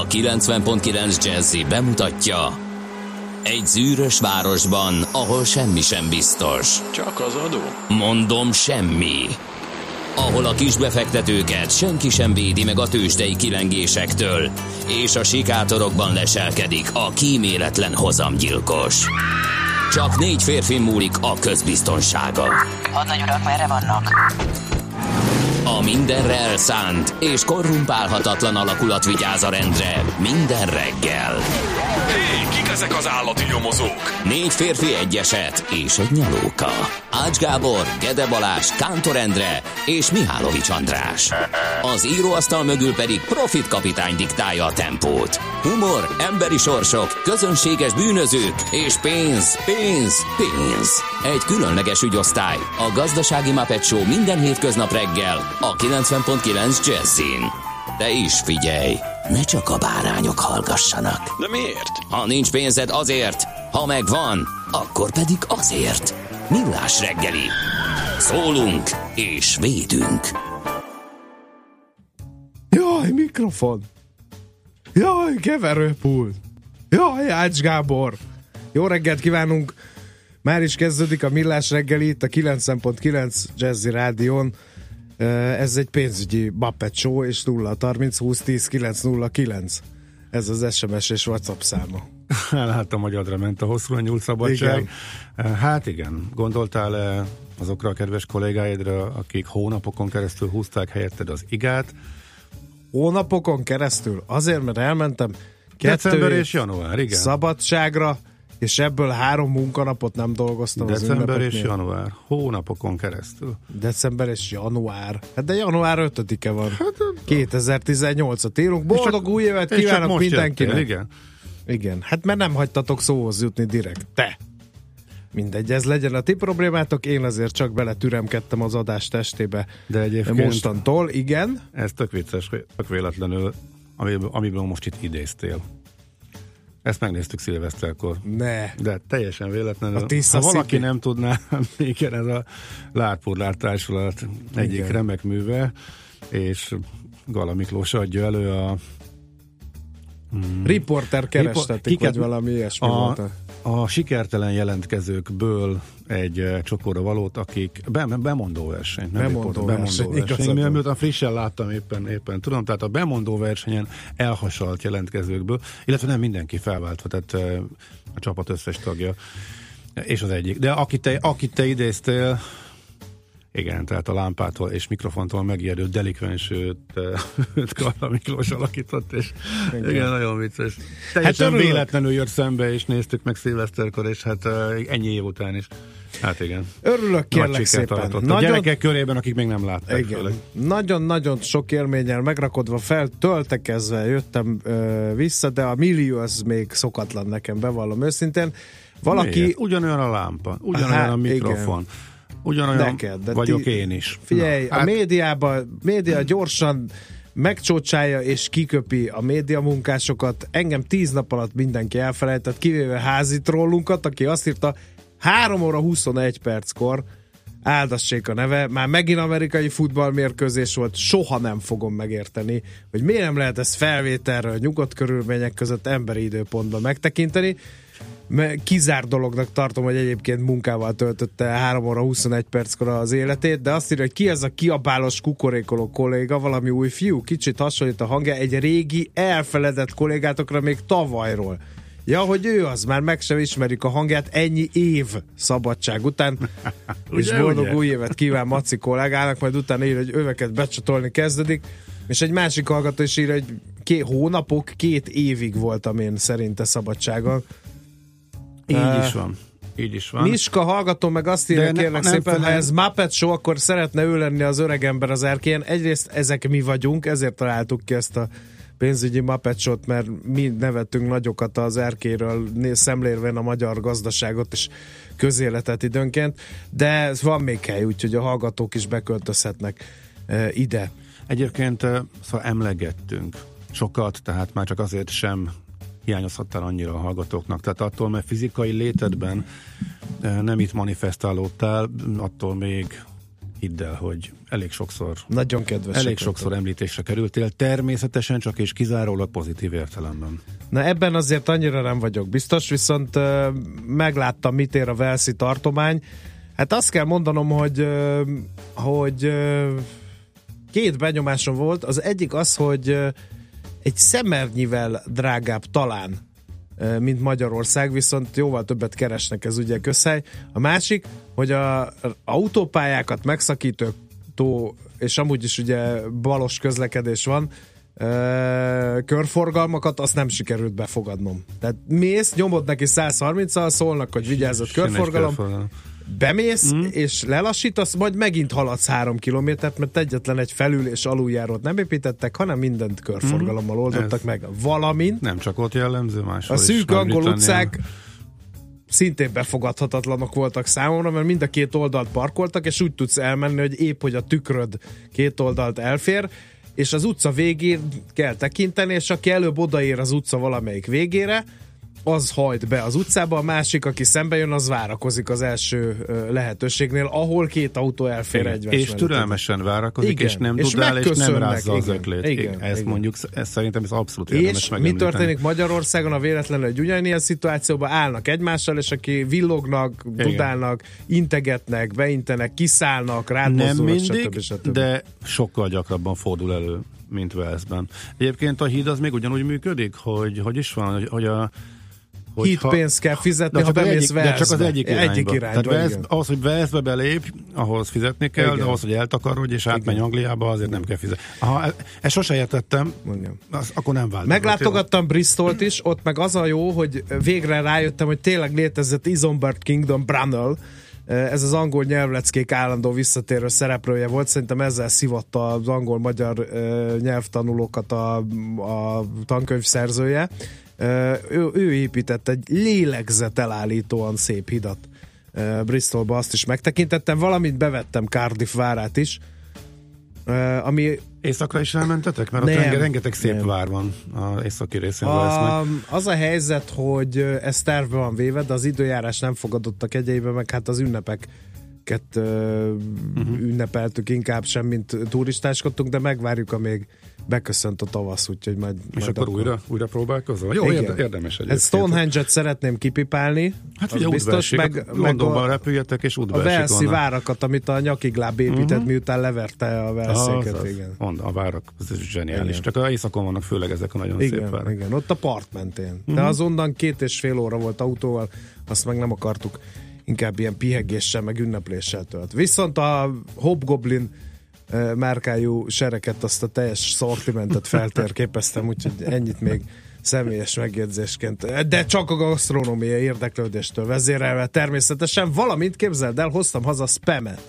a 90.9 Jazzy bemutatja: egy zűrös városban, ahol semmi sem biztos. Csak az adó? Mondom, semmi. Ahol a kisbefektetőket senki sem védi meg a tőzsdei kilengésektől, és a sikátorokban leselkedik a kíméletlen hozamgyilkos. Csak 4 férfin múlik a közbiztonsága. Hadnagy urak, merre vannak? A mindenre elszánt és korrumpálhatatlan alakulat vigyáz a rendre minden reggel. Hé, kik ezek az állati nyomozók? 4 férfi, egy eset és egy nyalóka. Ács Gábor, Gede Balázs, Kántor Endre és Mihálovics András. Az íróasztal mögül pedig Profit kapitány diktálja a tempót. Humor, emberi sorsok, közönséges bűnözők és pénz, pénz, pénz. Egy különleges ügyosztály, a Gazdasági Muppet Show minden hétköznap reggel a 90.9 Jazzin. De is figyelj, ne csak a bárányok hallgassanak. De miért? Ha nincs pénzed, azért, ha megvan, akkor pedig azért. Millás reggeli. Szólunk és védünk. Jaj, mikrofon. Jaj, keverőpult. Jaj, Ács Gábor. Jó reggelt kívánunk. Már is kezdődik a Millás reggeli itt a 90.9 Jazzy Rádión. Ez egy pénzügyi Muppet Show, és 0-30 20 10 909. Ez az SMS és WhatsApp száma. Láttam, hogy adra ment a hosszúra nyúlt szabadság. Igen. Hát igen, gondoltál azokra a kedves kollégáidra, akik hónapokon keresztül húzták helyetted az igát? Hónapokon keresztül? Azért, mert elmentem December és január, igen. Szabadságra, és ebből 3 munkanapot nem dolgoztam. December és január, hónapokon keresztül. December és január. Hát de január 5-e van. Hát, 2018-at írunk. Boldog új évet kívánok mindenkinek. Igen. Igen, hát mert nem hagytatok szóhoz jutni direkt. Te! Mindegy, ez legyen a ti problémátok, én azért csak beletüremkedtem az adás testébe. De egyébként mostantól, igen. Ez tök vicces, tök véletlenül, amiből most itt idéztél. Ezt megnéztük szilveszterkor. Ne. De teljesen véletlenül. Ha valaki nem tudná, igen, ez a Lárpurlár Társulat egyik igen. remek műve, és Gala Miklós adja elő a riporter kerestetik, vagy valami ilyesmi volt. A sikertelen jelentkezőkből egy csoportra valót, akik bemondó verseny. Bemondó verseny. Miután frissen láttam éppen tudom, tehát a bemondó versenyen elhasalt jelentkezőkből, illetve nem mindenki felváltva, tehát a csapat összes tagja, és az egyik. De akit te idéztél, igen, tehát a lámpától és mikrofontól megijedő delikvensőt Gala Miklós alakított, és igen, nagyon vicces. Teljesen hát véletlenül jött szembe, és néztük meg szilveszterkor, és hát ennyi év után is. Hát igen. Örülök, kérlek szépen. A gyerekek körében, akik még nem látták. Igen. Nagyon-nagyon sok élménnyel megrakodva, töltekezve jöttem vissza, de a millió az még szokatlan nekem, bevallom őszintén. Valaki... Miért? Ugyanolyan a lámpa, ugyanolyan a mikrofon. Igen. Ugyanolyan neked, vagyok én is. Figyelj, a média gyorsan megcsócsálja és kiköpi a média munkásokat. Engem 10 nap alatt mindenki elfelejtett, kivéve házi trollunkat, aki azt írta 3 óra 21 perckor, áldassék a neve, már megint amerikai futballmérkőzés volt, soha nem fogom megérteni, hogy miért nem lehet ezt felvételről, nyugodt körülmények között emberi időpontban megtekinteni. Kizár dolognak tartom, hogy egyébként munkával töltötte 3 óra 21 perckor az életét, de azt írja, hogy ki ez a kiabálós kukorékoló kolléga, valami új fiú, kicsit hasonlít a hangja egy régi elfeledett kollégátokra még tavalyról. Ja, hogy ő az, már meg sem ismerjük a hangját ennyi év szabadság után, és boldog új évet kíván Maci kollégának, majd utána ír, hogy öveket becsatolni kezdődik, és egy másik hallgató is ír, hogy 2 hónapok, 2 évig voltam én szerinte szabadságon. Így is van. Miska hallgató meg azt írja, kérlek szépen, ha ez Muppet Show, akkor szeretne ő lenni az öreg ember az erkélyen. Egyrészt ezek mi vagyunk, ezért találtuk ki ezt a pénzügyi Muppet Show-t, mert mi nevettünk nagyokat az erkélyről, szemlélvén a magyar gazdaságot és közéletet időnként, de van még hely, úgyhogy a hallgatók is beköltözhetnek ide. Egyébként szóval emlegettünk sokat, tehát már csak azért sem hiányozhattál annyira a hallgatóknak. Tehát attól, mert fizikai létedben nem itt manifestálódtál, attól még hidd el, hogy elég sokszor Nagyon kedves. elég sokszor említésre kerültél, természetesen csak és kizárólag pozitív értelemben. Na ebben azért annyira nem vagyok biztos, viszont megláttam, mit ér a Walesi tartomány. Hát azt kell mondanom, hogy két benyomásom volt. Az egyik az, hogy egy szemernyivel drágább talán, mint Magyarország, viszont jóval többet keresnek, ez ugye közhely. A másik, hogy az autópályákat megszakító, és amúgy is ugye balos közlekedés van, körforgalmakat, azt nem sikerült befogadnom. Tehát mész, nyomod neki 130-al, szólnak, hogy vigyázzat, körforgalom, bemész, és lelassítasz, majd megint haladsz 3 kilométert, mert egyetlen egy felül- és aluljárót nem építettek, hanem mindent körforgalommal oldottak meg. Valamint nem csak ott jellemző, máshol a is. szűk angol utcák szintén befogadhatatlanok voltak számomra, mert mind a két oldalt parkoltak, és úgy tudsz elmenni, hogy épp, hogy a tükröd két oldalt elfér, és az utca végén kell tekinteni, és aki előbb odaér az utca valamelyik végére, az hajt be az utcába, a másik, aki szembe jön, az várakozik az első lehetőségnél, ahol két autó elfér egymást. És türelmesen várakozik, igen, és nem dudál, és nem rázza az öklét. Igen, ezt igen. mondjuk, ezt szerintem ez abszolút érdemes és megemlíteni. mi történik Magyarországon, a véletlenül egy ugyanilyen szituációban állnak egymással, és aki villognak, dudálnak, integetnek, beintenek, kiszállnak, rádozzulnak, nem mindig, stb. De sokkal gyakrabban fordul elő, mint Walesben. Egyébként a híd az még ugyanúgy működik, hogy is van, hogy a Hídpénzt kell fizetni, ha bemész Walesbe. De csak az egyik irányba. Tehát ahhoz, hogy Walesbe belép, ahhoz fizetni kell, igen. De ahhoz, hogy eltakarodj és átmenj Angliába, azért nem kell fizetni. Ezt sose értettem, akkor nem vált. Meglátogattam Bristolt is, ott meg az a jó, hogy végre rájöttem, hogy tényleg létezett Isambard Kingdom Brunel, ez az angol nyelvleckék állandó visszatérő szereplője volt, szerintem ezzel szivatta az angol-magyar nyelvtanulókat a tankönyv szerzője. Ő épített egy lélegzetelállítóan szép hidat Bristolba, azt is megtekintettem, valamint bevettem Cardiff várát is, ami... Északra is elmentetek? Mert ott rengeteg szép vár van az északi részén. Az a helyzet, hogy ez tervbe van véve, de az időjárás nem fogadott a kegyeibe, meg hát az ünnepeket ünnepeltük inkább sem, mint turistáskodtunk, de megvárjuk, amíg beköszönt a tavasz, úgyhogy majd... És akkor újra próbálkozol? Jó, érdemes egyébként. Stonehenge-et szeretném kipipálni. Hát ugye biztos, meg Londonban repüljetek, és útba esik. A Walesi várakat, amit a nyakigláb épített, miután leverte a Walesieket. Igen. A várak, ez zseniális. Igen. Csak az éjszakon vannak főleg ezek a nagyon szép várak. Igen, ott a part mentén. De azonnan 2,5 óra volt autóval, azt meg nem akartuk inkább ilyen pihegéssel, meg ünnepléssel tölt. Viszont a Hobgoblin márkájú sereket, azt a teljes szortimentet feltérképeztem, úgyhogy ennyit még személyes megjegyzésként. De csak a gasztronómiai érdeklődéstől vezérelve természetesen, valamint képzeld el, hoztam haza Spamet.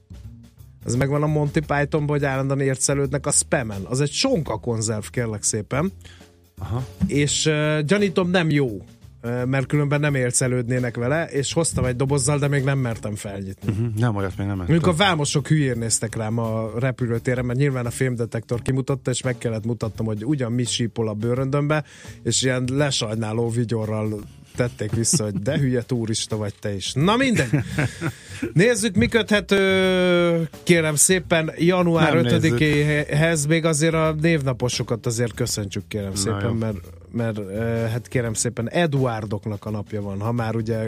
Ez megvan a Monty Pythonban, hogy állandóan értszelődnek a Spamen. Az egy sonka konzerv, kérlek szépen. Aha. És gyanítom nem jó, mert különben nem értszelődnének vele, és hoztam egy dobozzal, de még nem mertem felnyitni. Nem, olyat még nem ettem. Mondjuk a vámosok hülyén néztek rám a repülőtéren, mert nyilván a fémdetektor kimutatta, és meg kellett mutatnom, hogy ugyan mi sípol a bőröndömbe, és ilyen lesajnáló vigyorral tették vissza, hogy de hülye turista vagy te is. Na mindegy. Nézzük, mi köthető, kérem szépen, január 5-éhez, még azért a névnaposokat azért köszöntsük, kérem szépen, mert hát kérem szépen, Eduardoknak a napja van, ha már ugye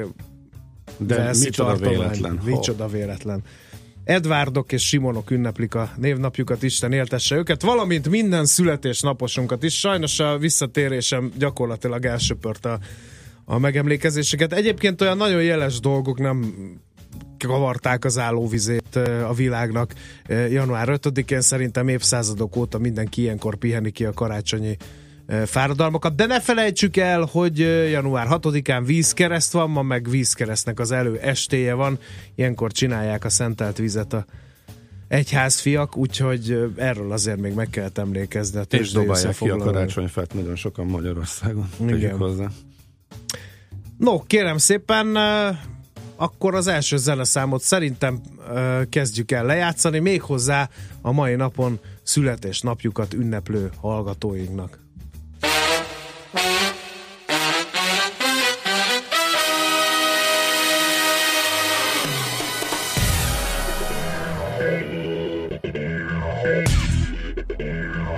de micsoda véletlen. Micsoda véletlen. Edvárdok és Simonok ünneplik a névnapjukat, Isten éltesse őket, valamint minden születésnaposunkat is. Sajnos a visszatérésem gyakorlatilag elsöpört a megemlékezéseket. Egyébként olyan nagyon jeles dolgok nem kavarták az állóvizét a világnak. Január 5-én szerintem évszázadok óta mindenki ilyenkor piheni ki a karácsonyi fáradalmakat, de ne felejtsük el, hogy január 6-án vízkereszt van, ma meg vízkeresztnek az estéje van, ilyenkor csinálják a szentelt vizet a egyházfiak, úgyhogy erről azért még meg kellett emlékezni. És dobálják ki a karácsonyfát nagyon sokan Magyarországon. Tegyük hozzá. No, kérem szépen, akkor az első zeneszámot szerintem kezdjük el lejátszani, méghozzá a mai napon születésnapjukat ünneplő hallgatóinknak.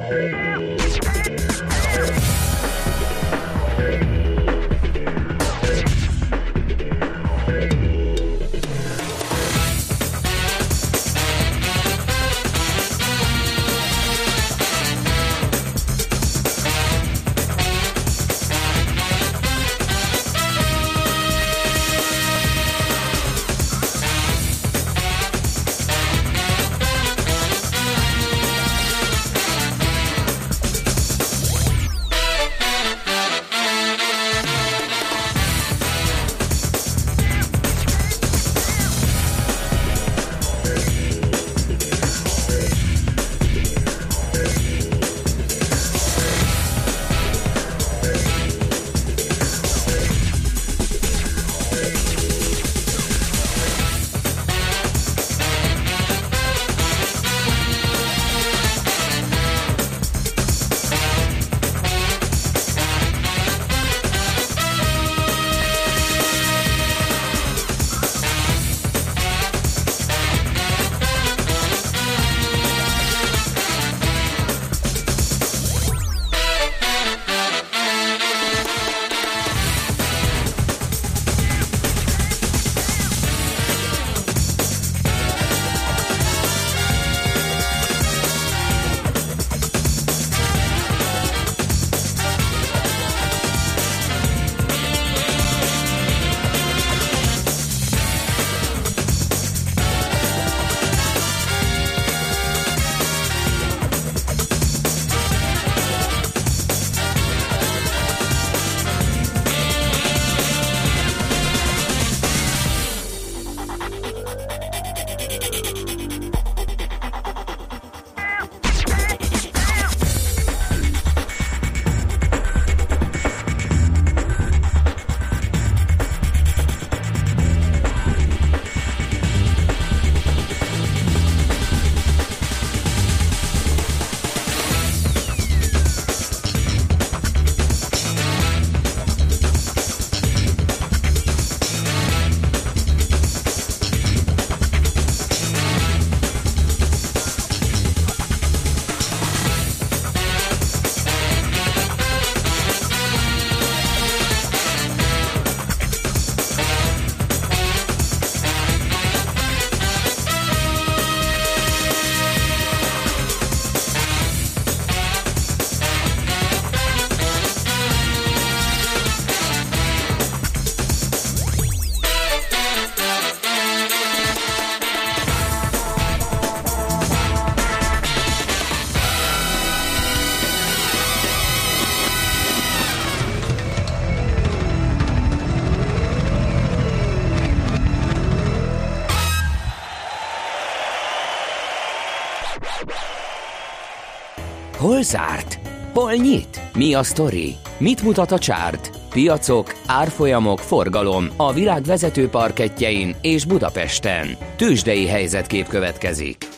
Hol zárt? Hol nyit? Mi a sztori? Mit mutat a csárt? Piacok, árfolyamok, forgalom a világ vezető parkettjein és Budapesten. Tőzsdei helyzetkép következik.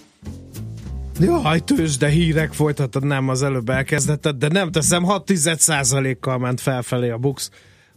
Jaj, tőzsde hírek folytatnám, az előbb elkezdetted, de nem teszem, 6,1%-kal ment felfelé a BUX.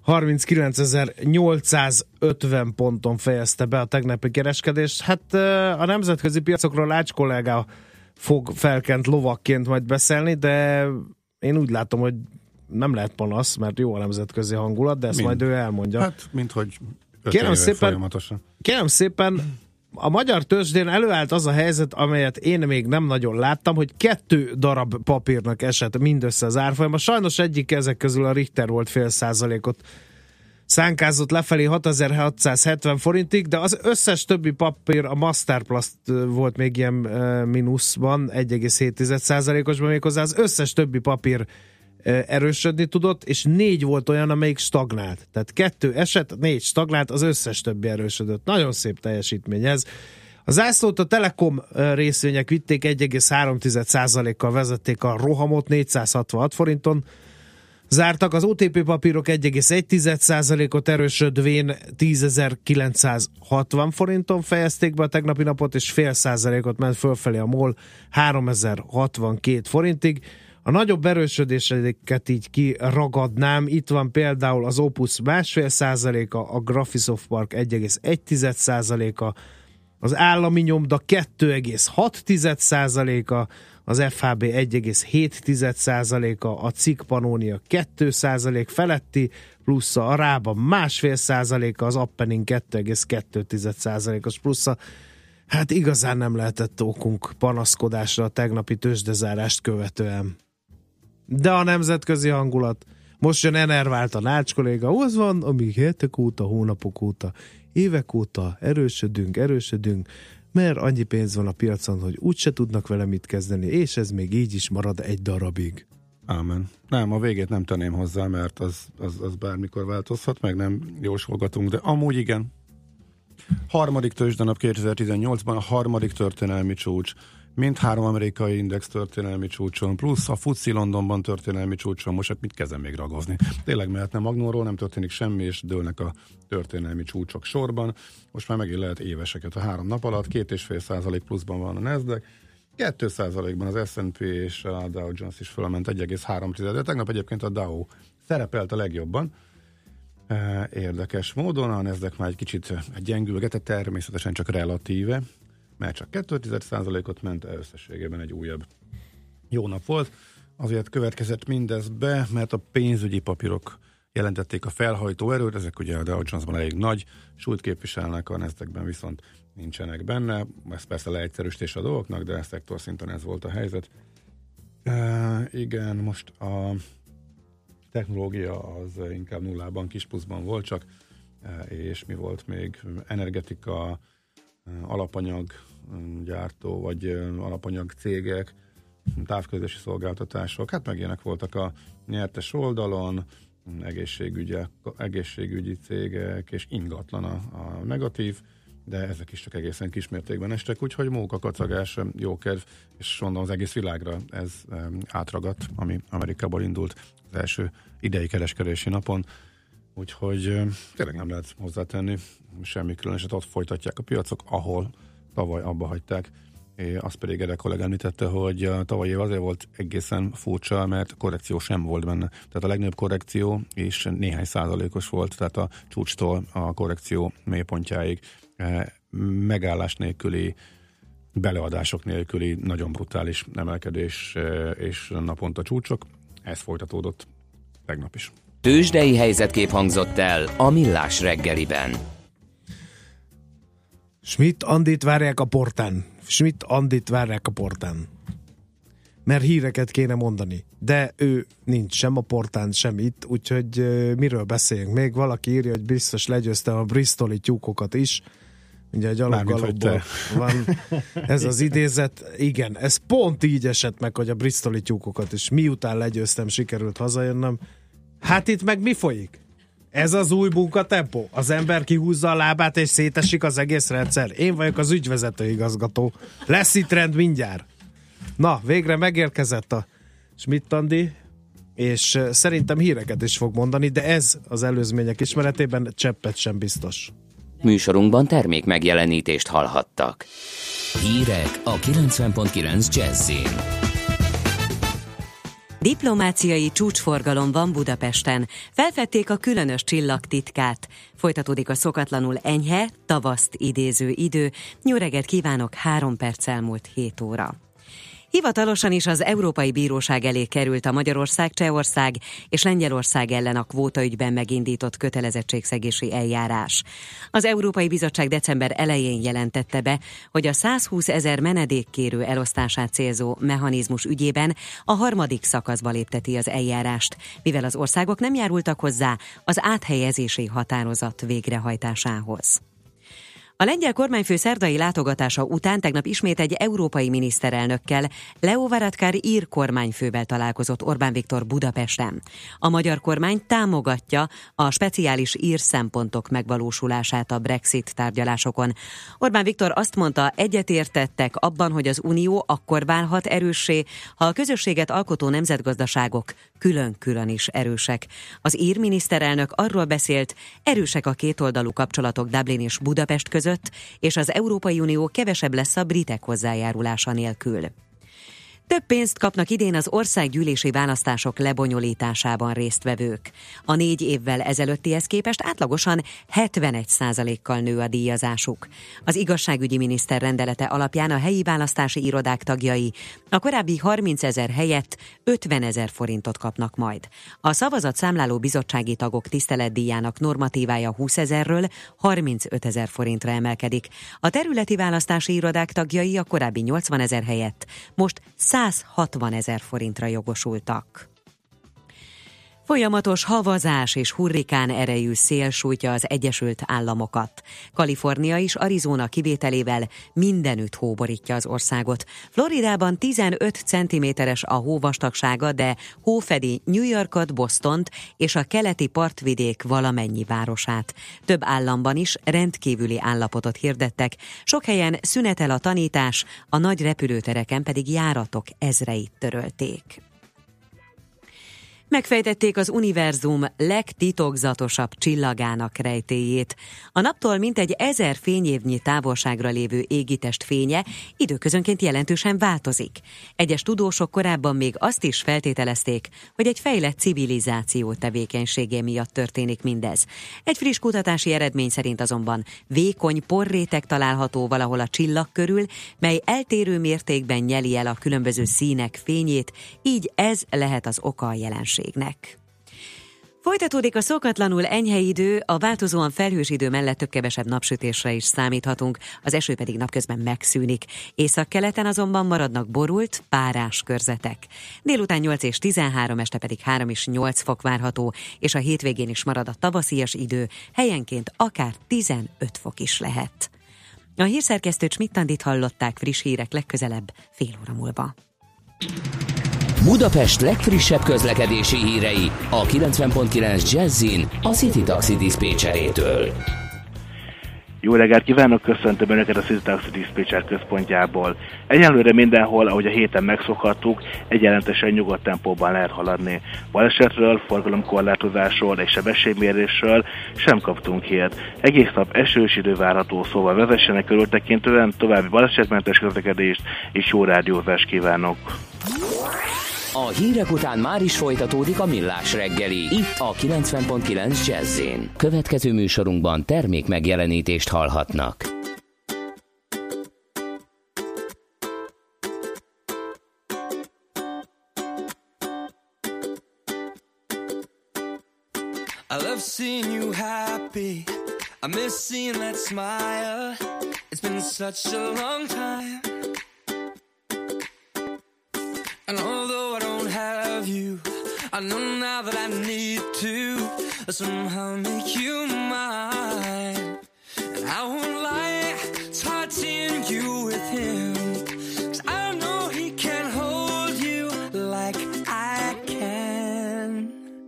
39.850 ponton fejezte be a tegnapi kereskedést. Hát a nemzetközi piacokról Ács kolléga fog felkent lovakként majd beszélni, de én úgy látom, hogy nem lehet panasz, mert jó a nemzetközi hangulat, de ezt majd ő elmondja. Hát, minthogy 5 éve folyamatosan. Kérem szépen, a magyar tőzsdén előállt az a helyzet, amelyet én még nem nagyon láttam, hogy 2 darab papírnak esett mindössze az árfolyama. Sajnos egyik ezek közül a Richter volt 0,5%-ot szánkázott lefelé 6670 forintig, de az összes többi papír, a Masterplast volt még ilyen mínuszban, 1,7%-osban, méghozzá az összes többi papír erősödni tudott, és 4 volt olyan, amelyik stagnált. Tehát 2 esett, 4 stagnált, az összes többi erősödött. Nagyon szép teljesítmény ez. A zászlót a Telekom részvények vitték, 1,3%-kal vezették a rohamot, 466 forinton. Zártak az OTP papírok 1,1%-ot erősödvén 10.960 forinton fejezték be a tegnapi napot, és 0,5%-ot ment fölfelé a MOL 3062 forintig. A nagyobb erősödéseket így kiragadnám. Itt van például az Opus 1,5%-a, a Graphisoft Park 1,1%-a, az állami nyomda 2,6%-a, az FHB 1,7%-a, a CIK Pannónia 2% feletti plusza, a Rába 1,5%-a, az Appenin 2,2%-os plusza. Hát igazán nem lehetett okunk panaszkodásra a tegnapi tőzsdezárást követően. De a nemzetközi hangulat, most jön enervált a Nács kolléga, az van, amíg hetek óta, hónapok óta, évek óta erősödünk, mert annyi pénz van a piacon, hogy úgyse tudnak vele mit kezdeni, és ez még így is marad egy darabig. Ámen. Nem, a végét nem tenném hozzá, mert az bármikor változhat, meg nem jósolgatunk, de amúgy igen. Harmadik tőzsdenap 2018-ban, a harmadik történelmi csúcs, mindhárom amerikai index történelmi csúcson, plusz a FTSE Londonban történelmi csúcson, most mit kezdem még ragozni. Tényleg mehetne Magnóról, nem történik semmi, és dőlnek a történelmi csúcsok sorban. Most már megint lehet éveseket a 3 nap alatt, 2,5% pluszban van a Nasdaq, 2%-ban az S&P és a Dow Jones is fölment 1,3%, de tegnap egyébként a Dow szerepelt a legjobban. Érdekes módon, a Nasdaq már egy kicsit gyengülgetett, természetesen csak relatíve, mert csak 2,1%-ot ment, összességében egy újabb jó nap volt. Azért következett mindez be, mert a pénzügyi papírok jelentették a felhajtó erőt, ezek ugye a Dow Jonesban elég nagy súlyt képviselnek, a Nasdaqben viszont nincsenek benne. Ez persze leegyszerűsítés a dolgoknak, de szektor szinten ez volt a helyzet. Igen, most a technológia az inkább nullában, kis pluszban volt csak, és mi volt még? Energetika, alapanyag gyártó, vagy alapanyag cégek, távközlési szolgáltatások, hát meg ilyenek voltak a nyertes oldalon, egészségügyi cégek, és ingatlan a negatív, de ezek is csak egészen kismértékben estek, úgyhogy móka, kacagás, jó kedv, és mondom, az egész világra ez átragadt, ami Amerikából indult az első idei kereskedési napon, úgyhogy tényleg nem lehet hozzátenni, semmi különöset, ott folytatják a piacok, ahol tavaly abba hagyták. Azt pedig Ede kollega említette, hogy a tavalyi év azért volt egészen furcsa, mert korrekció sem volt benne. Tehát a legnagyobb korrekció is néhány százalékos volt, tehát a csúcstól a korrekció mélypontjáig megállás nélküli, beleadások nélküli nagyon brutális emelkedés és naponta csúcsok. Ez folytatódott tegnap is. Tőzsdei helyzetkép hangzott el a Millás reggeliben. Schmidt Andit várják a portán. Mert híreket kéne mondani. De ő nincs sem a portán, sem itt, úgyhogy miről beszéljünk? Még valaki írja, hogy biztos legyőztem a bristoli tyúkokat is. Ugye egy alapgalopból van ez az idézet. Igen, ez pont így esett meg, hogy a bristoli tyúkokat is miután legyőztem, sikerült hazajönnöm. Hát itt meg mi folyik? Ez az új munkatempó? Az ember kihúzza a lábát és szétesik az egész rendszer. Én vagyok az ügyvezető igazgató. Lesz itt rend mindjárt. Na, végre megérkezett a Schmidt Andi, és szerintem híreket is fog mondani, de ez az előzmények ismeretében cseppet sem biztos. Műsorunkban termék megjelenítést hallhattak. Hírek a 90.9 Jazzin. Diplomáciai csúcsforgalom van Budapesten. Felfedték a különös csillag titkát. Folytatódik a szokatlanul enyhe, tavaszt idéző idő. Jó reggelt kívánok, 3 perc elmúlt 7 óra. Hivatalosan is az Európai Bíróság elé került a Magyarország, Csehország és Lengyelország ellen a kvótaügyben megindított kötelezettségszegési eljárás. Az Európai Bizottság december elején jelentette be, hogy a 120 000 menedékkérő elosztását célzó mechanizmus ügyében a 3. szakaszba lépteti az eljárást, mivel az országok nem járultak hozzá az áthelyezési határozat végrehajtásához. A lengyel kormányfő szerdai látogatása után tegnap ismét egy európai miniszterelnökkel, Leo Varadkar ír kormányfővel találkozott Orbán Viktor Budapesten. A magyar kormány támogatja a speciális ír szempontok megvalósulását a Brexit tárgyalásokon. Orbán Viktor azt mondta, egyetértettek abban, hogy az Unió akkor válhat erőssé, ha a közösséget alkotó nemzetgazdaságok külön-külön is erősek. Az ír miniszterelnök arról beszélt, erősek a kétoldalú kapcsolatok Dublin és Budapest között, és az Európai Unió kevesebb lesz a britek hozzájárulása nélkül. Több pénzt kapnak idén az országgyűlési választások lebonyolításában résztvevők. A 4 évvel ezelőttihez képest átlagosan 71%-kal nő a díjazásuk. Az igazságügyi miniszter rendelete alapján a helyi választási irodák tagjai a korábbi 30 000 helyett 50 000 forintot kapnak majd. A szavazatszámláló bizottsági tagok tiszteletdíjának normatívája 20 000-ről 35 000 forintra emelkedik. A területi választási irodák tagjai a korábbi 80 000 helyett most 160 000 forintra jogosultak. Folyamatos havazás és hurrikán erejű szél sújtja az Egyesült Államokat. Kalifornia és Arizona kivételével mindenütt hó borítja az országot. Floridában 15 cm-es a hó vastagsága, de hó fedi New Yorkot, Bostont és a keleti partvidék valamennyi városát. Több államban is rendkívüli állapotot hirdettek, sok helyen szünetel a tanítás, a nagy repülőtereken pedig járatok ezreit törölték. Megfejtették az univerzum legtitokzatosabb csillagának rejtélyét. A naptól mintegy 1000 fényévnyi távolságra lévő égitest fénye időközönként jelentősen változik. Egyes tudósok korábban még azt is feltételezték, hogy egy fejlett civilizáció tevékenysége miatt történik mindez. Egy friss kutatási eredmény szerint azonban vékony porréteg található valahol a csillag körül, mely eltérő mértékben nyeli el a különböző színek fényét, így ez lehet az oka a jelenségnek. Folytatódik a szokatlanul enyhe idő, a változóan felhős idő mellett több kevesebb napsütésre is számíthatunk, az eső pedig napközben megszűnik. Északkeleten azonban maradnak borult, párás körzetek. Délután 8 és 13, este pedig 3 és 8 fok várható, és a hétvégén is marad a tavaszias idő, helyenként akár 15 fok is lehet. A hírszerkesztőt Schmidt-Andit hallották, friss hírek legközelebb fél óra múlva. Budapest legfrissebb közlekedési hírei a 90.9 Jazzin a City Taxi diszpécserétől. Jó reggelt kívánok, köszöntöm Önöket a City Taxi diszpécser központjából. Egyelőre mindenhol, ahogy a héten megszokhattuk, egyenletesen nyugodt tempóban lehet haladni. Balesetről, forgalomkorlátozásról és sebességmérésről sem kaptunk hírt. Egész nap esős idő várható, szóval vezessenek körültekintően, további balesetmentes közlekedést és jó rádiózást kívánok. A hírek után már is folytatódik a Millás reggeli, itt a 90.9 Jazz-én. Következő műsorunkban termék megjelenítést hallhatnak. I love seeing you happy, I miss seeing that smile. It's been such a long time. And although I don't have you, I know now that I need to somehow make you mine. And I won't lie, it's hard seeing you with him, 'cause I know he can't hold you like I can.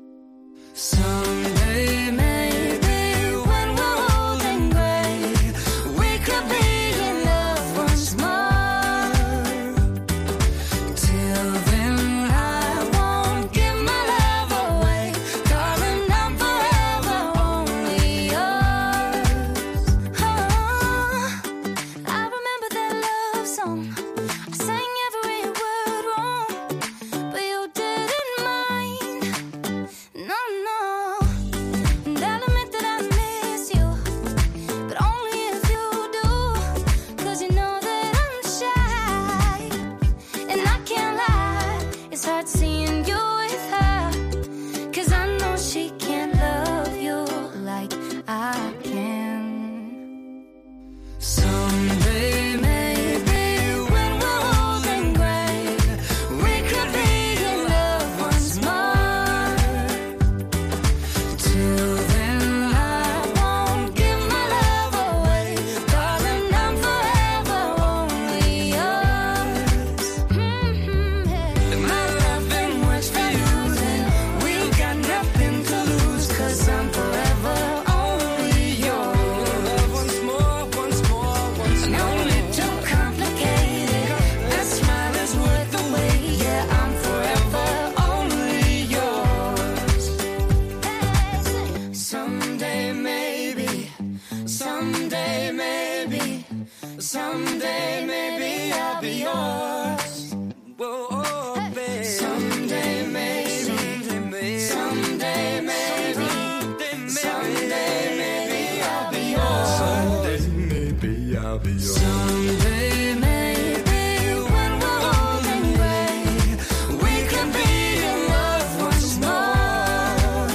Someday maybe when we're old and gray, we could be in love once more. Till then I won't give my love away, darling, I'm forever only yours. Oh, I remember be yours. Someday, maybe, when we're old and gray, we can be in love once more.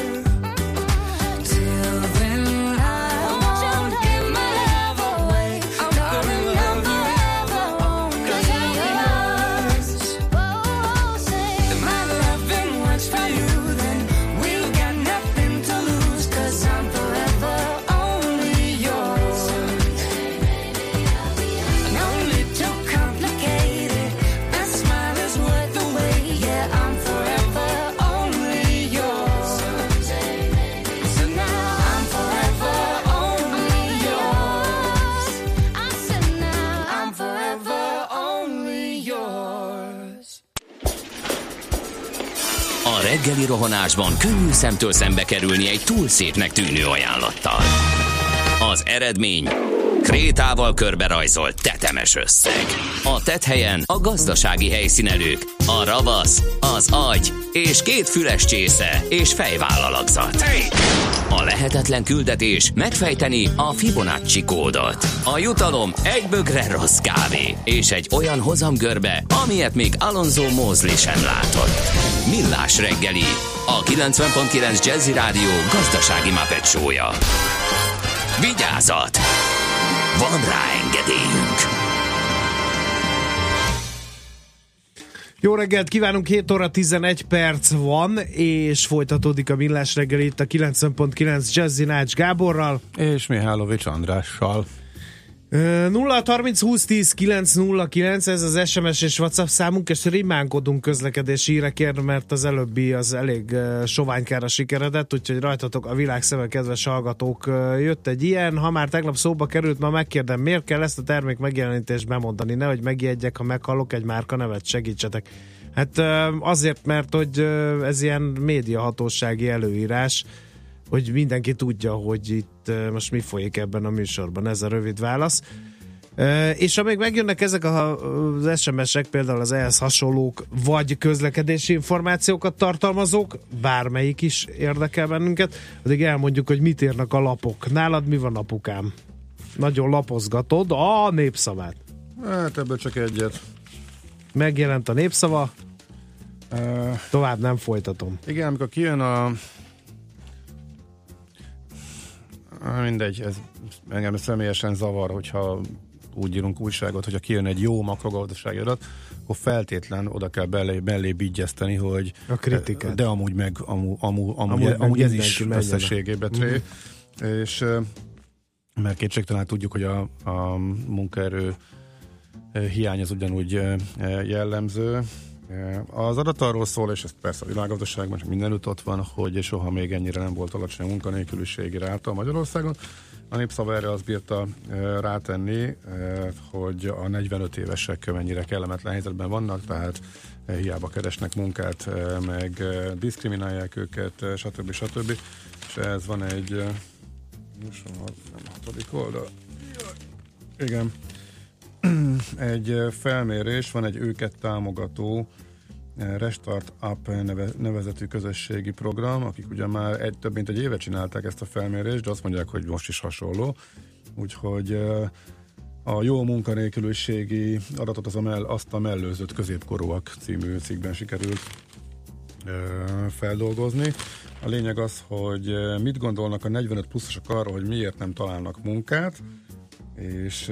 Till then, I won't give my love away. Darling, I'm forever only yours. If my loving works for you, then we've got nothing to lose, 'cause I'm forever only yours. No need to complicate it. That smile is worth the wait. Yeah, I'm forever only yours. So now I'm forever only yours. I said now I'm forever only yours. A reggeli rohanásban könnyű szemtől szembe kerülni egy túl szépnek tűnő ajánlattal. Az eredmény krétával körberajzolt tetemes összeg. A tetthelyen a gazdasági helyszínelők, a ravasz, az agy és 2 füles csésze és fejvállalakzat. A lehetetlen küldetés megfejteni a Fibonacci kódot. A jutalom egy bögre rossz kávé és egy olyan hozamgörbe, amilyet még Alonso Mosley sem látott. Millás reggeli, a 90.9 Jazzy Rádió gazdasági Muppet show-ja. Vigyázat! Van rá engedélyünk! Jó reggelt kívánunk, 7 óra 11 perc van, és folytatódik a Millás reggeli itt a 90.9 Jazzy Nács Gáborral. És Mihálovics Andrással. 0-30-20-10-9-09, ez az SMS és WhatsApp számunk, és rimánkodunk közlekedési hírekért, mert az előbbi az elég soványkára sikeredett, úgyhogy rajtatok a világ szeme, kedves hallgatók. Jött egy ilyen, ha már tegnap szóba került, ma megkérdem, miért kell ezt a termék megjelenítést bemondani, nehogy megjegyek, ha meghallok egy márka nevet, segítsetek. Hát azért, mert hogy ez ilyen médiahatósági előírás, hogy mindenki tudja, hogy itt most mi folyik ebben a műsorban. Ez a rövid válasz. És amíg megjönnek ezek az SMS-ek, például az ehhez hasonlók, vagy közlekedési információkat tartalmazók, bármelyik is érdekel bennünket, addig elmondjuk, hogy mit írnak a lapok. Nálad mi van, apukám? Nagyon lapozgatod a Népszavát. Hát ebből csak egyet. Megjelent a Népszava, tovább nem folytatom. Igen, amikor kijön a... Mindegy, ez engem személyesen zavar, hogyha úgy írunk újságot, hogyha kijön egy jó makrogazdasági adat, akkor feltétlen oda kell mellé bigyezteni, hogy a kritikát. De amúgy meg amúgy ez is összességében tré. És mert kétségtelen tudjuk, hogy a munkaerő hiány az ugyanúgy jellemző. Az adat arról szól, és ez persze a világgazdaságban csak mindenütt ott van, hogy soha még ennyire nem volt alacsony a munkanélküliségi ráta Magyarországon. A Népszava erre azt bírta rátenni, hogy a 45 évesek mennyire kellemetlen helyzetben vannak, tehát hiába keresnek munkát, meg diszkriminálják őket, stb. És ez van egy 26. oldal. Igen. Egy felmérés, van egy őket támogató Restart Up nevezetű közösségi program, akik ugyan már több mint egy éve csinálták ezt a felmérést, de azt mondják, hogy most is hasonló. Úgyhogy a jó munkanélküliségi adatot azt a Mellőzött középkorúak című cikkben sikerült feldolgozni. A lényeg az, hogy mit gondolnak a 45 pluszosok arról, hogy miért nem találnak munkát, és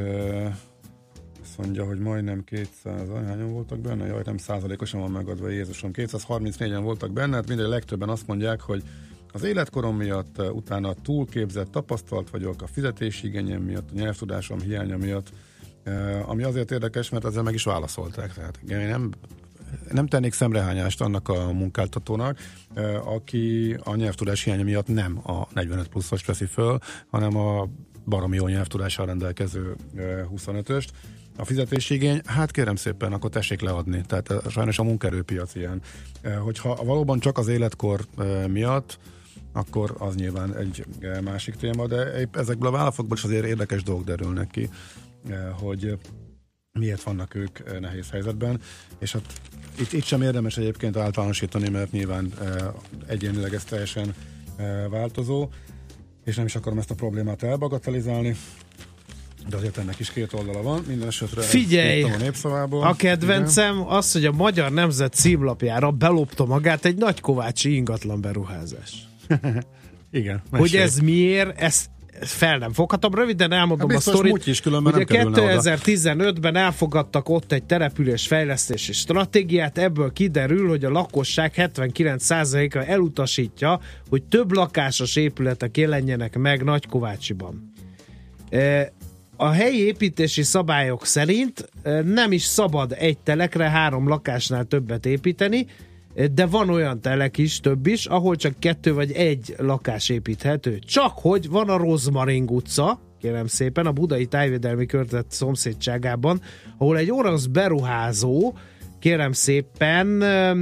azt mondja, hogy majdnem 200, hányan voltak benne? Jaj, nem százalékosan van megadva, Jézusom. 234-en voltak benne, hát mindegy, legtöbben azt mondják, hogy az életkorom miatt, utána túlképzett, tapasztalt vagyok, a fizetési igényem miatt, a nyelvtudásom hiánya miatt, ami azért érdekes, mert ezzel meg is válaszolták. Tehát én nem tennék szemrehányást annak a munkáltatónak, aki a nyelvtudás hiánya miatt nem a 45 pluszos veszi föl, hanem a baromi jó nyelvtudással rendelkező 25-öst. A fizetési igény, hát kérem szépen, akkor tessék leadni. Tehát sajnos a munkaerőpiac ilyen. Hogyha valóban csak az életkor miatt, akkor az nyilván egy másik téma, de ezekből a válaszokból is azért érdekes dolgok derülnek ki, hogy miért vannak ők nehéz helyzetben, és hát itt sem érdemes egyébként általánosítani, mert nyilván egyénileg ez teljesen változó, és nem is akarom ezt a problémát elbagatelizálni. De azért ennek is két oldala van, minden esetre Figyelj, a Népszavából. A kedvencem az, hogy a Magyar Nemzet címlapjára belopta magát egy nagykovácsi ingatlan beruházás. Igen. Hogy ez miért, ezt fel nem foghatom. Röviden elmondom a sztorit. Ugye 2015-ben elfogadtak ott egy településfejlesztési stratégiát, ebből kiderül, hogy a lakosság 79%-a elutasítja, hogy több lakásos épületek jelenjenek meg Nagykovácsiban. A helyi építési szabályok szerint nem is szabad egy telekre 3 lakásnál többet építeni, de van olyan telek is, több is, ahol csak 2 vagy 1 lakás építhető. Csak hogy van a Rozmaring utca, kérem szépen, a Budai Tájvédelmi Körzet szomszédságában, ahol egy orosz beruházó, kérem szépen,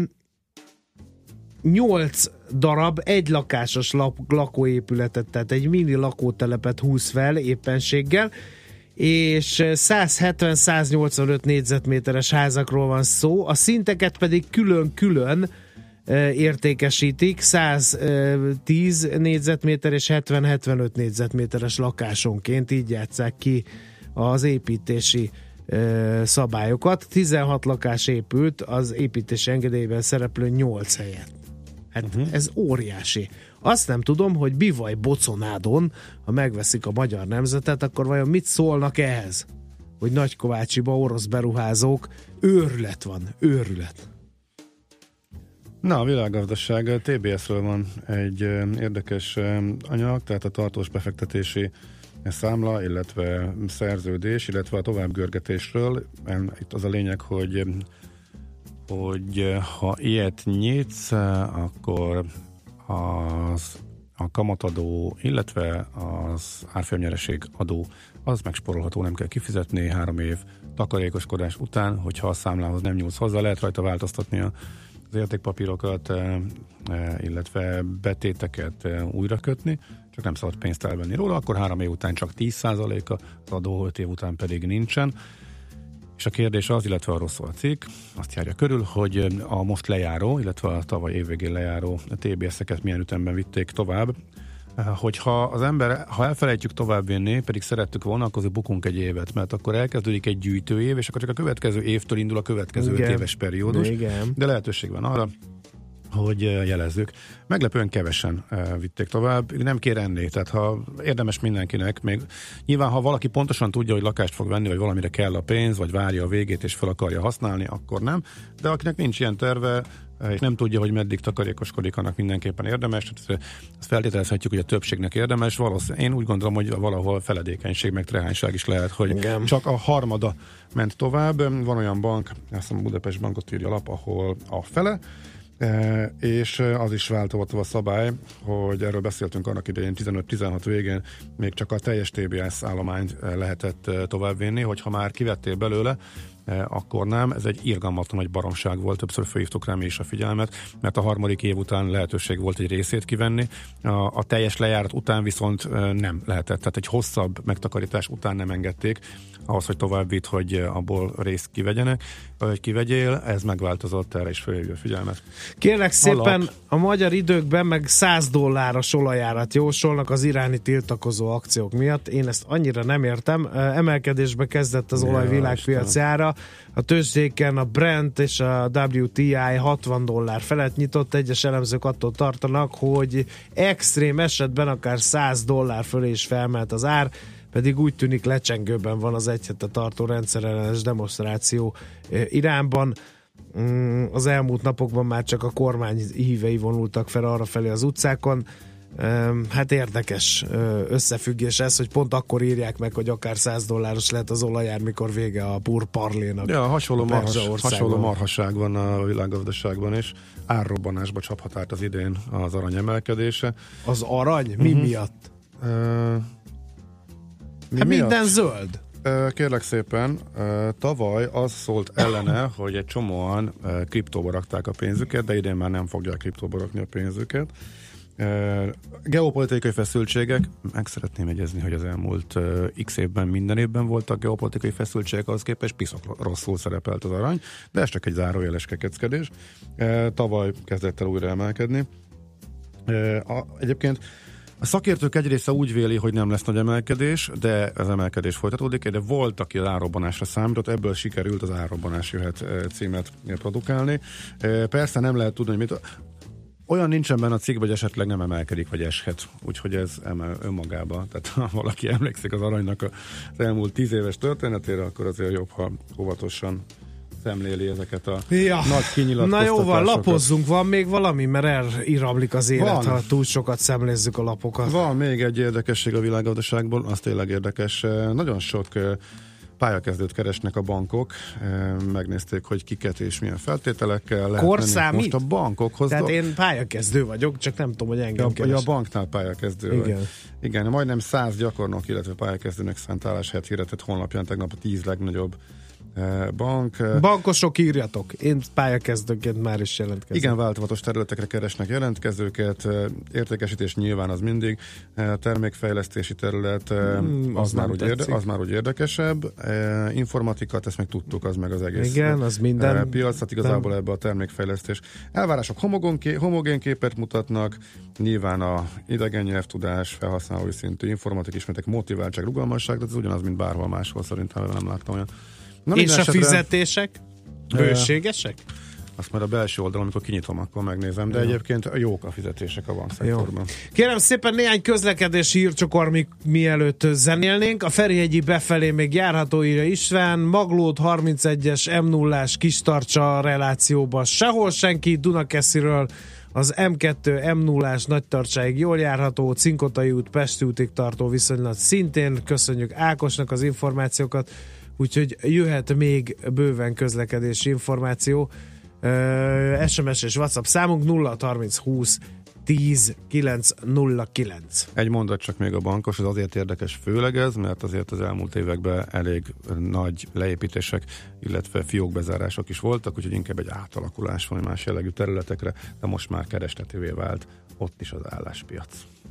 8 darab egylakásos lakóépületet, tehát egy mini lakótelepet húz fel éppenséggel, és 170-185 négyzetméteres házakról van szó, a szinteket pedig külön-külön értékesítik, 110 négyzetméter és 70-75 négyzetméteres lakásonként, így játsszák ki az építési szabályokat. 16 lakás épült az építési engedélyben szereplő 8 helyet. Hát ez óriási. Azt nem tudom, hogy bivaj Boconádon, ha megveszik a Magyar Nemzetet, akkor vajon mit szólnak ehhez? Hogy Nagykovácsiba orosz beruházók, őrület van, őrület. Na, a világgazdaság, TBS-ről van egy érdekes anyag, tehát a tartós befektetési számla, illetve szerződés, illetve a továbbgörgetésről. Itt az a lényeg, hogy ha ilyet nyitsz, akkor a kamatadó, illetve az árfolyamnyereség adó, az megsporolható, nem kell kifizetni 3 év takarékoskodás után, hogyha a számlához nem nyúlsz hozzá, lehet rajta változtatni az értékpapírokat, illetve betéteket újra kötni, csak nem szabad pénzt elvenni róla, akkor 3 év után csak 10%-a, az adó 5 év után pedig nincsen. És a kérdés az, illetve arról szól a cikk, azt járja körül, hogy a most lejáró, illetve a tavaly évvégén lejáró TBS-eket milyen ütemben vitték tovább, hogyha az ember, ha elfelejtjük továbbvinni, pedig szerettük volna, akkor bukunk egy évet, mert akkor elkezdődik egy gyűjtőév, és akkor csak a következő évtől indul a következő 5 éves periódus, de lehetőség van arra, hogy jelezzük. Meglepően kevesen vitték tovább, nem kér enni, tehát ha érdemes mindenkinek, még nyilván ha valaki pontosan tudja, hogy lakást fog venni, vagy valamire kell a pénz, vagy várja a végét, és fel akarja használni, akkor nem, de akinek nincs ilyen terve, és nem tudja, hogy meddig takarékoskodik, annak mindenképpen érdemes. Ezt feltételezhetjük, hogy a többségnek érdemes. Valószínűleg én úgy gondolom, hogy valahol feledékenység, meg trehányság is lehet, hogy igen, csak a harmada ment tovább. Van olyan bank, azt hiszem Budapest bankot írja lap, ahol a fele, és az is változott a szabály, hogy erről beszéltünk annak idején 15-16 végén, még csak a teljes TBS állományt lehetett továbbvinni, hogyha már kivettél belőle, akkor nem. Ez egy irgalmatlan nagy baromság volt, többször felhívtuk rá mi is a figyelmet, mert a harmadik év után lehetőség volt egy részét kivenni, a teljes lejárat után viszont nem lehetett, tehát egy hosszabb megtakarítás után nem engedték ahhoz, hogy tovább vitt, hogy abból részt kivegyél, ez megváltozott, erre is felhívja a figyelmet. Kérlek szépen, a magyar időkben meg $100 olajárat jósolnak az iráni tiltakozó akciók miatt. Én ezt annyira nem értem. Emelkedésbe kezdett az olaj világpiaci ára. A tőzsdéken a Brent és a WTI $60 felett nyitott. Egyes elemzők attól tartanak, hogy extrém esetben akár $100 fölé is felmelt az ár, pedig úgy tűnik lecsengőben van az egy hete tartó rendszerellenes demonstráció Iránban. Az elmúlt napokban már csak a kormány hívei vonultak fel arrafelé az utcákon. Hát érdekes összefüggés ez, hogy pont akkor írják meg, hogy akár $100 lehet az olajár, mikor vége a purparlénak. Ja, hasonló marhaság van a világgazdaságban, és árrobbanásba csaphat át az idén az arany emelkedése. Az arany? Mi miatt? Minden zöld. Kérlek szépen, tavaly az szólt ellene, hogy egy csomóan kriptóba rakták a pénzüket, de idén már nem fogják kriptóba rakni a pénzüket. Geopolitikai feszültségek, meg szeretném jegyezni, hogy az elmúlt x évben minden évben voltak geopolitikai feszültségek, az képest piszok rosszul szerepelt az arany, de ez csak egy zárójeles kekeckedés. Tavaly kezdett el újra emelkedni. Egyébként A szakértők egy része úgy véli, hogy nem lesz nagy emelkedés, de az emelkedés folytatódik, de volt, aki az árrobbanásra számított, ebből sikerült az árrobbanás jöhet címet produkálni. Persze nem lehet tudni, hogy mit... Olyan nincsen benne a cikk, vagy esetleg nem emelkedik, vagy eshet. Úgyhogy ez önmagában. Tehát ha valaki emlékszik az aranynak az elmúlt 10 éves történetére, akkor azért jobb, ha óvatosan szemléli ezeket a nagy kinyilatkoztatásokat. Na jó, van, lapozzunk, van még valami, mert eliramlik az élet, ha túl sokat szemlézzük a lapokat. Van még egy érdekesség a világgazdaságból, az tényleg érdekes. Nagyon sok pályakezdőt keresnek a bankok, megnézték, hogy kiket és milyen feltételekkel lehet menni most a bankokhoz. Tehát én pályakezdő vagyok, csak nem tudom, hogy engem keres. A banknál pályakezdő Igen. vagy. Igen, majdnem 100 gyakornok, illetve pályakezdőnek szánt álláshelyet hirdetett honlapján tegnap a 10 legnagyobb bank. Bankosok, írjatok. Én pályakezdőként már is jelentkezem. Igen, változatos területekre keresnek jelentkezőket. Értékesítés nyilván az mindig. Termékfejlesztési terület az már úgy érdekesebb. Informatikat, ezt meg tudtuk, az meg az egész. Igen, az minden. Piacot igazából ebbe a termékfejlesztés. Elvárások homogén képet mutatnak. Nyilván a idegen nyelvtudás, felhasználói szintű informatik ismeretek, motiváltság, rugalmasság, de ez ugyanaz, mint bárhol máshol, szerintem nem láttam olyan. Na, és a fizetések? Bőségesek? Azt már a belső oldalon, amikor kinyitom, akkor megnézem, de egyébként jók a fizetések a bankszektorban. Kérem szépen néhány közlekedési hírcsokor, mielőtt zenélnénk. A Ferihegyi befelé még járható, írja István. Maglód 31-es M0-ás Kistarcsa relációban sehol senki, Dunakesziről az M2 M0-ás Nagytarcsáig jól járható, Cinkotai út Pesti útig tartó viszonylat szintén. Köszönjük Ákosnak az információkat. Úgyhogy jöhet még bőven közlekedési információ. SMS és WhatsApp számunk 030 20 10 909. Egy mondat csak még a bankos, az azért érdekes főleg ez, mert azért az elmúlt években elég nagy leépítések, illetve fiókbezárások is voltak, úgyhogy inkább egy átalakulás van más jellegű területekre, de most már keresletővé vált ott is az álláspiac.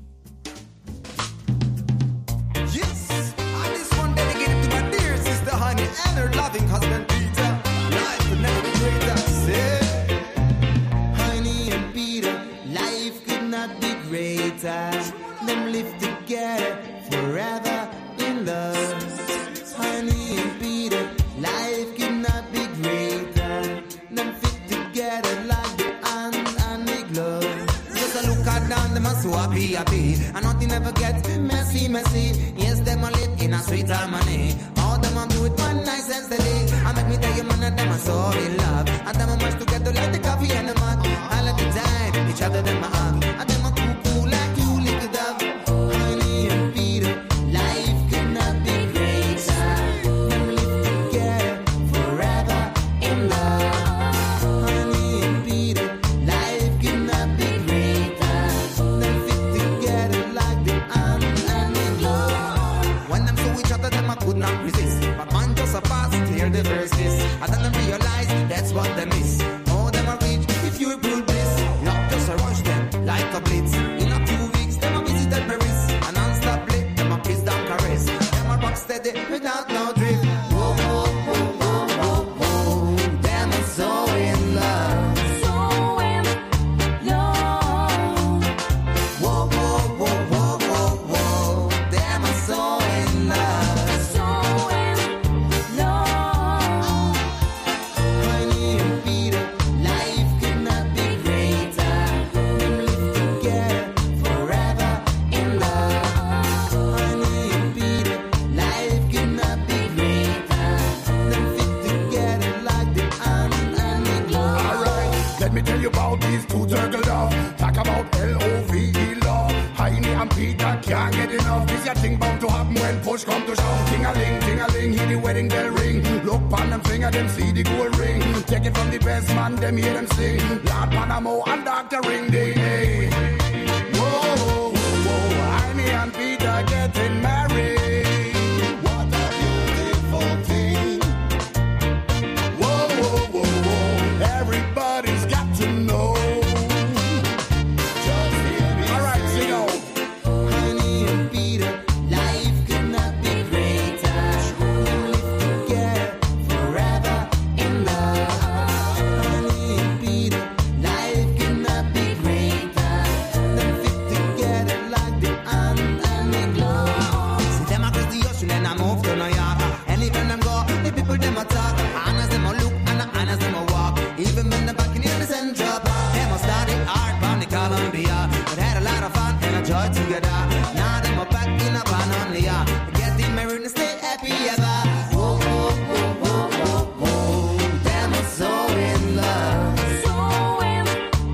Honey and her loving husband Peter, life could never be greater. Say, Honey and Peter, life could not be greater. Them live together forever in love. Honey and Peter, life could not be greater. Them fit together like the hand and the glove. Just a look at them, them are so happy, and nothing ever gets messy. Yes, them are lit in a sweet harmony. Them a do it one nice and steady. I make me tell you, man, that them are so in love. And them a much together like the coffee and the mug. All of the time, each other them a hug. And them a cool like you, little dove. Honey and Peter, life cannot be greater. Them live together forever in love. Honey and Peter, life cannot be greater. Them fit together like the hand and the glove. When them saw each other, them a could not resist. A pass, hear the verses, and then they realize that's what they miss. Oh, them are rich if you prove this. Not just a rush them like a blitz. In a 2 weeks, them a visited Paris. And non-stop blip, them a kiss down caress. Them a rock steady without no drift. Whoa, whoa, whoa, whoa, whoa, whoa. Them are so in love. So in love. Whoa, whoa, whoa, whoa, whoa, whoa. Them are so in love. Can't get enough, this your thing bound to happen when push come to shove. Ting-a-ling, hear the wedding bell ring. Look on them finger, them see the gold ring. Take it from the best man, them hear them sing. Lord Panamo and Dr. Ring Day. Hey. Whoa, whoa, whoa, Amy and Peter getting married. What a beautiful thing. Whoa, whoa, whoa, whoa, everybody's got to know. Great. joy together. Now them a back in a van on the air. Getting married and stay happy ever. Whoa, whoa, whoa, whoa, whoa, whoa. Them are so in love. So in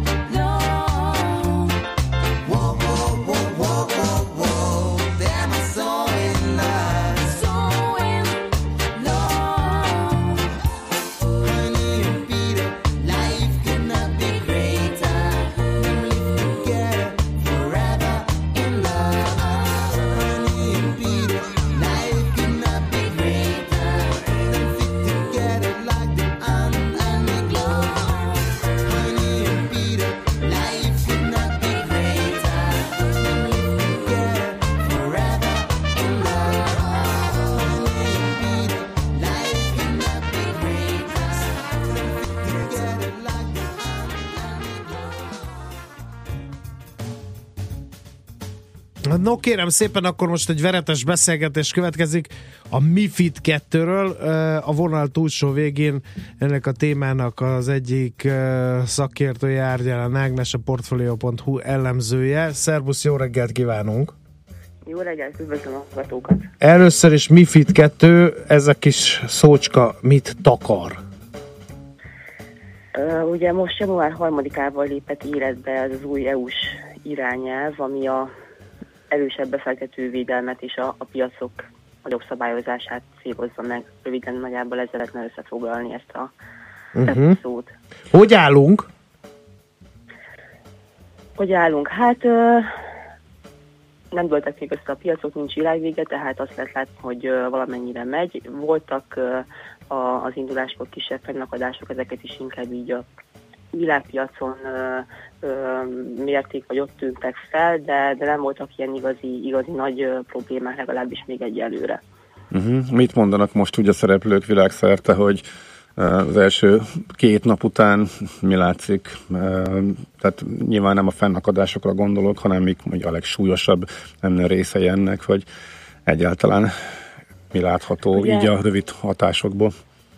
love. Whoa, whoa, whoa, whoa, whoa, whoa. Them are so in love. So in love. Honey and Peter, life could not be greater. Them live together forever in love. Honey and Peter, life could not be greater. Them fit together like the hand and the glove. Honey and Peter, life could not be greater. Them live together forever in love. Honey and Peter, life could not be greater. Them fit together like the hand and the glove. No kérem szépen, akkor most egy veretes beszélgetés következik a MiFID 2-ről. A vonal túlsó végén ennek a témának az egyik szakértője, Árgyalán Ágnes, a Portfolio.hu elemzője. Szervusz, jó reggelt kívánunk! Jó reggelt, üdvözlöm a hallgatókat! Először is MiFID 2, ez a kis szócska mit takar? Ugye most január 3-ával lépett életbe ez az új EU-s irányelv, ami a erősebb befektetővédelmet és a piacok nagyobb szabályozását célozza meg. Röviden nagyjából ezzel lehetne összefoglalni ezt a szót. Hogy állunk? Hogy állunk? Hát nem dőltek még össze a piacok, nincs világvége, tehát azt lehet látni, hogy valamennyire megy. Voltak az induláskor kisebb fennakadások, ezeket is inkább így a világpiacon mérték, vagy ott tűntek fel, de nem voltak ilyen igazi nagy problémák, legalábbis még egyelőre. Mit mondanak most úgy a szereplők világszerte, hogy az első 2 nap után mi látszik? Tehát nyilván nem a fennakadásokra gondolok, hanem mik a legsúlyosabb részei ennek, vagy egyáltalán mi látható ugye, így a rövid hatásokból?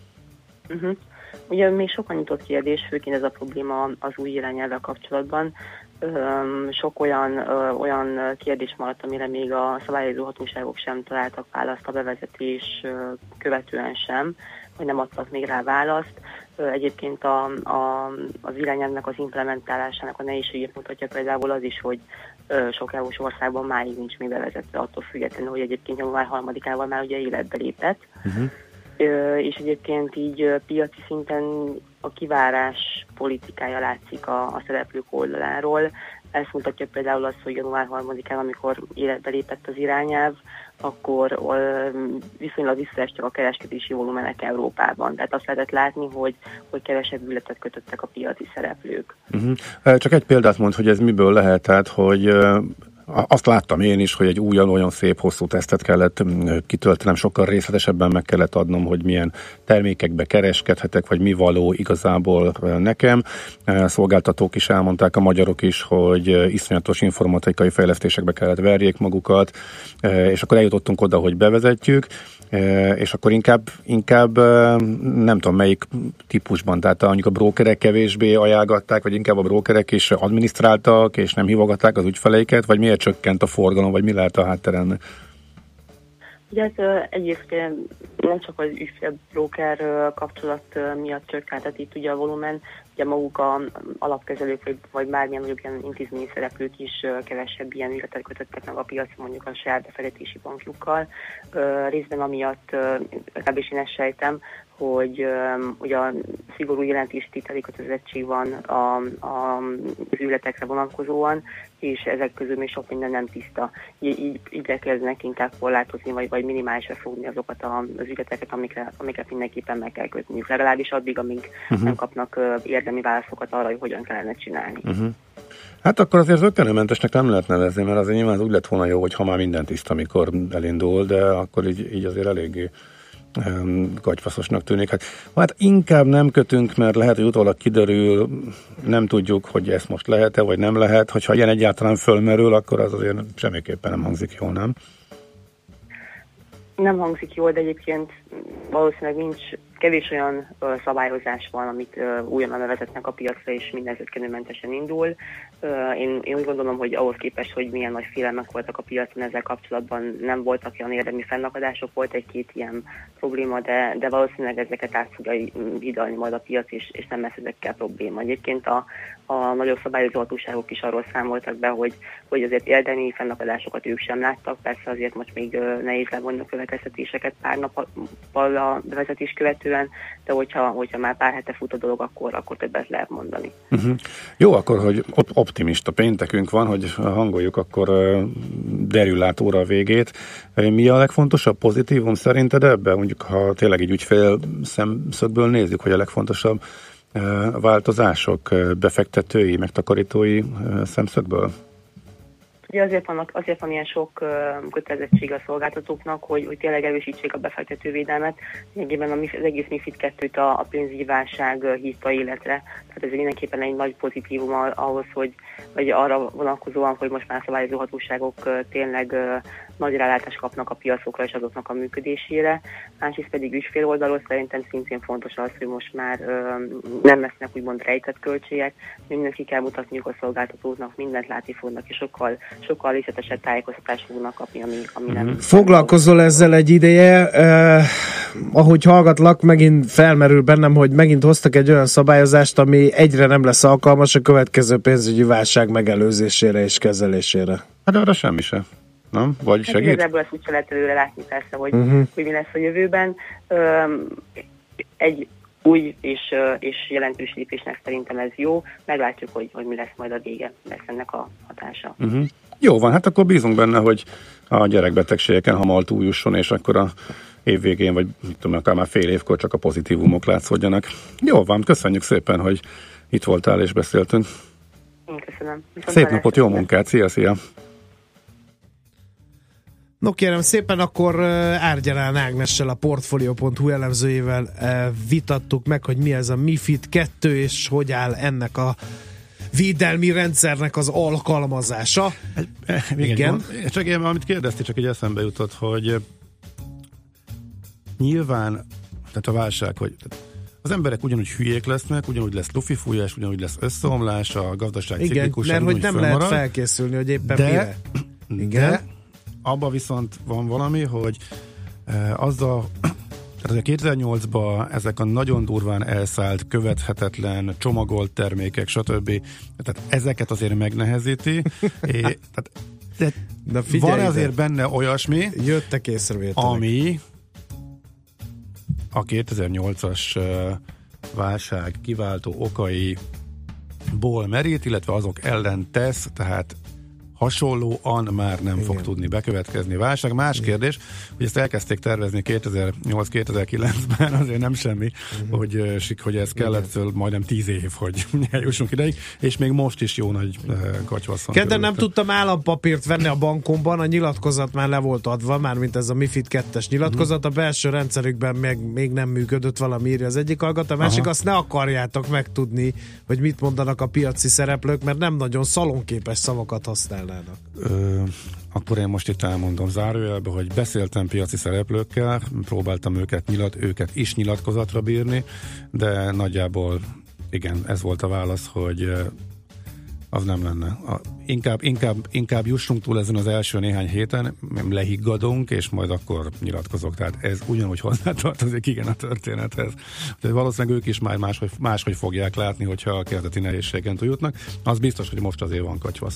Ugye még sokan nyitott kérdés, főként ez a probléma az új irányelvvel kapcsolatban. Sok olyan kérdés maradt, amire még a szabályozó hatóságok sem találtak választ, a bevezetés követően sem, vagy nem adtak még rá választ. Egyébként az irányelvnek az implementálásának a nehézségét mutatja például az is, hogy sok EU-s országban máig nincs még bevezetve, attól függetlenül, hogy egyébként január 3-ával már ugye életbe lépett. És egyébként így piaci szinten a kivárás politikája látszik a szereplők oldaláról. Ezt mutatja például az, hogy január 3-án, amikor életbe lépett az irányelv, akkor viszonylag visszaestek a kereskedési volumenek Európában. Tehát azt lehetett látni, hogy kevesebb ügyletet kötöttek a piaci szereplők. Csak egy példát mond, hogy ez miből lehet, tehát, hogy azt láttam én is, hogy egy olyan szép hosszú tesztet kellett kitöltenem, sokkal részletesebben meg kellett adnom, hogy milyen termékekbe kereskedhetek, vagy mi való igazából nekem. Szolgáltatók is elmondták, a magyarok is, hogy iszonyatos informatikai fejlesztésekbe kellett verjék magukat, és akkor eljutottunk oda, hogy bevezetjük, és akkor inkább nem tudom melyik típusban, tehát mondjuk a brókerek kevésbé ajánlgatták, vagy inkább a brókerek is adminisztráltak, és nem hívogatták az ügyfeleiket, vagy miért csökkent a forgalom, vagy mi lehet a háttere? Ugye ez egyébként nem csak az ügyfél-bróker kapcsolat miatt csökkent, tehát itt ugye a volumen, ugye maguk a alapkezelők, vagy bármilyen nagyobb ilyen intézményi szereplők is kevesebb ilyen ügyletet kötöttek meg a piacon, mondjuk a saját befektetési bankjukkal. Részben amiatt, legalábbis én ezt sejtem, hogy ugye a szigorú jelentéstételi kötelezettség van az ügyletekre vonatkozóan, és ezek közül még sok minden nem tiszta. Így igyekeznek inkább korlátozni, vagy minimálisra fogni azokat az ügyleteket, amiket mindenképpen meg kell kötniük. Legalábbis addig, amíg nem kapnak érdemi válaszokat arra, hogy hogyan kellene csinálni. Hát akkor azért zökkenőmentesnek nem lehet nevezni, mert azért nyilván úgy lett volna jó, hogy ha már minden tiszta, amikor elindul, de akkor így azért eléggé gagyfaszosnak tűnik. Hát inkább nem kötünk, mert lehet, hogy utólag kiderül, nem tudjuk, hogy ezt most lehet-e, vagy nem lehet. Hogyha ilyen egyáltalán fölmerül, akkor az azért semmiképpen nem hangzik jól, nem? Nem hangzik jól, de egyébként valószínűleg nincs kevés olyan szabályozás van, amit újonnan bevezetnek a piacra, és minden zökkenőmentesen indul. Én úgy gondolom, hogy ahhoz képest, hogy milyen nagy félelmek voltak a piacon ezzel kapcsolatban, nem voltak olyan érdemi fennakadások, volt egy-két ilyen probléma, de valószínűleg ezeket át fogja hidalni majd a piac, és nem lesz ezekkel probléma. Egyébként a nagyobb szabályozó hatóságok is arról számoltak be, hogy azért érdemi fennakadásokat ők sem láttak, persze azért most még nehéz levonni a következtetéseket pár nappal a bevezetés követően, de hogyha már pár hete fut a dolog, akkor többet lehet mondani. Uh-huh. Jó, akkor, hogy optimista péntekünk van, hogy hangoljuk akkor derülátóra a végét. Mi a legfontosabb pozitívum szerinted ebben? Mondjuk, ha tényleg így ügyfél szemszögből nézzük, hogy a legfontosabb változások befektetői, megtakarítói szemszögből? Ugye azért van ilyen sok kötelezettség a szolgáltatóknak, hogy tényleg erősítsék a befektetővédelmet. Lényegében az egész MiFID 2-t a pénzügyi válság hívta életre. Tehát ez mindenképpen egy nagy pozitívum ahhoz, vagy arra vonatkozóan, hogy most már szabályozó hatóságok tényleg nagy rálátást kapnak a piacokra és azoknak a működésére. Másrészt pedig ügyfél oldalról szerintem szintén fontos az, hogy most már nem lesznek úgymond rejtett költségek, mindent ki kell mutatniuk a szolgáltatóknak, mindent látni fognak, és sokkal részletesebb tájékoztatást fognak kapni, ami nem... Foglalkozol ezzel egy ideje, ahogy hallgatlak, megint felmerül bennem, hogy megint hoztak egy olyan szabályozást, ami egyre nem lesz alkalmas a következő pénzügyi válság megelőzésére és kezelésére. Hát arra semmi se. Nem? Vagy segít? Igazából ezt úgy se lehet előre látni persze, hogy mi lesz a jövőben. Egy új és jelentős lépésnek szerintem ez jó. Meglátjuk, hogy mi lesz majd a vége, lesz ennek a hatása. Jó van, hát akkor bízunk benne, hogy a gyerekbetegségeken hamar túljusson, és akkor a év végén, vagy mit tudom, akár már fél évkor csak a pozitívumok látszódjanak. Jó van, köszönjük szépen, hogy itt voltál és beszéltünk. Én köszönöm. Szép napot, jó munkát, szia! No kérem szépen, akkor Árgyalán Ágnessel, a Portfolio.hu elemzőjével vitattuk meg, hogy mi ez a MiFID 2, és hogy áll ennek a védelmi rendszernek az alkalmazása. Igen. Csak én, amit kérdeztél, csak így eszembe jutott, hogy nyilván, tehát a válság, hogy az emberek ugyanúgy hülyék lesznek, ugyanúgy lesz lufifújás, ugyanúgy lesz összeomlás, a gazdaság ciklikusan. Igen, mert hogy nem lehet felkészülni, hogy éppen mire. Igen. De abban viszont van valami, hogy tehát 2008-ban ezek a nagyon durván elszállt, követhetetlen, csomagolt termékek, stb. Tehát ezeket azért megnehezíti. Tehát van azért benne olyasmi, jöttek észrevételek, ami a 2008-as válság kiváltó okaiból merít, illetve azok ellen tesz, tehát hasonlóan már nem fog tudni bekövetkezni válság. Más kérdés, hogy ezt elkezdték tervezni 2008-2009-ben, azért nem semmi, hogy ez kellett majdnem 10 év, hogy eljussunk ideig, és még most is jó nagy katyvasszon. Kedden nem tudtam állampapírt venni a bankomban, a nyilatkozat már le volt adva, mármint ez a MiFID 2-es nyilatkozat, a belső rendszerükben még nem működött, valami írja az egyik hallgató, a másik azt ne akarjátok megtudni, hogy mit mondanak a piaci szereplők, mert nem nagyon szalonképes szavakat használnak. Akkor én most itt elmondom zárójelbe, hogy beszéltem piaci szereplőkkel, próbáltam őket is nyilatkozatra bírni, de nagyjából igen, ez volt a válasz, hogy az nem lenne. Inkább jussunk túl ezen az első néhány héten, lehiggadunk, és majd akkor nyilatkozok. Tehát ez ugyanúgy hozzátartozik, igen, a történethez. Tehát valószínűleg ők is már máshogy fogják látni, hogyha a kezdeti nehézségen túljutnak. Az biztos, hogy most azért van katyvasz.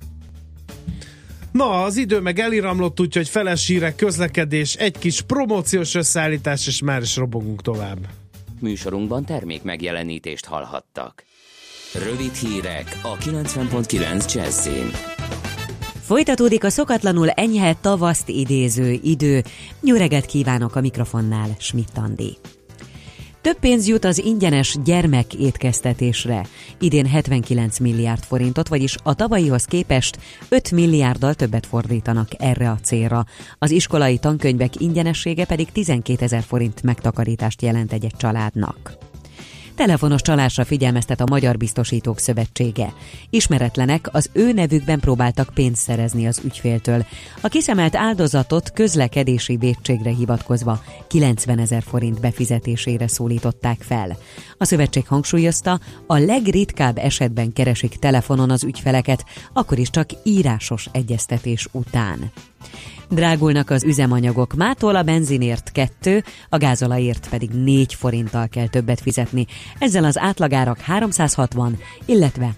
Na, az idő meg eliramlott, úgyhogy feles hírek, közlekedés, egy kis promóciós összeállítás, és már is robogunk tovább. Műsorunkban termék megjelenítést hallhattak. Rövid hírek a 90.9 Jazzin. Folytatódik a szokatlanul enyhe tavaszt idéző idő. Jó reggelt kívánok, a mikrofonnál Schmidt Andi. Több pénz jut az ingyenes gyermekétkeztetésre. Idén 79 milliárd forintot, vagyis a tavalyihoz képest 5 milliárddal többet fordítanak erre a célra. Az iskolai tankönyvek ingyenessége pedig 12 000 forint megtakarítást jelent egy családnak. Telefonos csalásra figyelmeztet a Magyar Biztosítók Szövetsége. Ismeretlenek az ő nevükben próbáltak pénzt szerezni az ügyféltől. A kiszemelt áldozatot közlekedési vétségre hivatkozva 90 000 forint befizetésére szólították fel. A szövetség hangsúlyozta, a legritkább esetben keresik telefonon az ügyfeleket, akkor is csak írásos egyeztetés után. Drágulnak az üzemanyagok, mától a benzinért 2, a gázolajért pedig 4 forinttal kell többet fizetni. Ezzel az átlagárak 360, illetve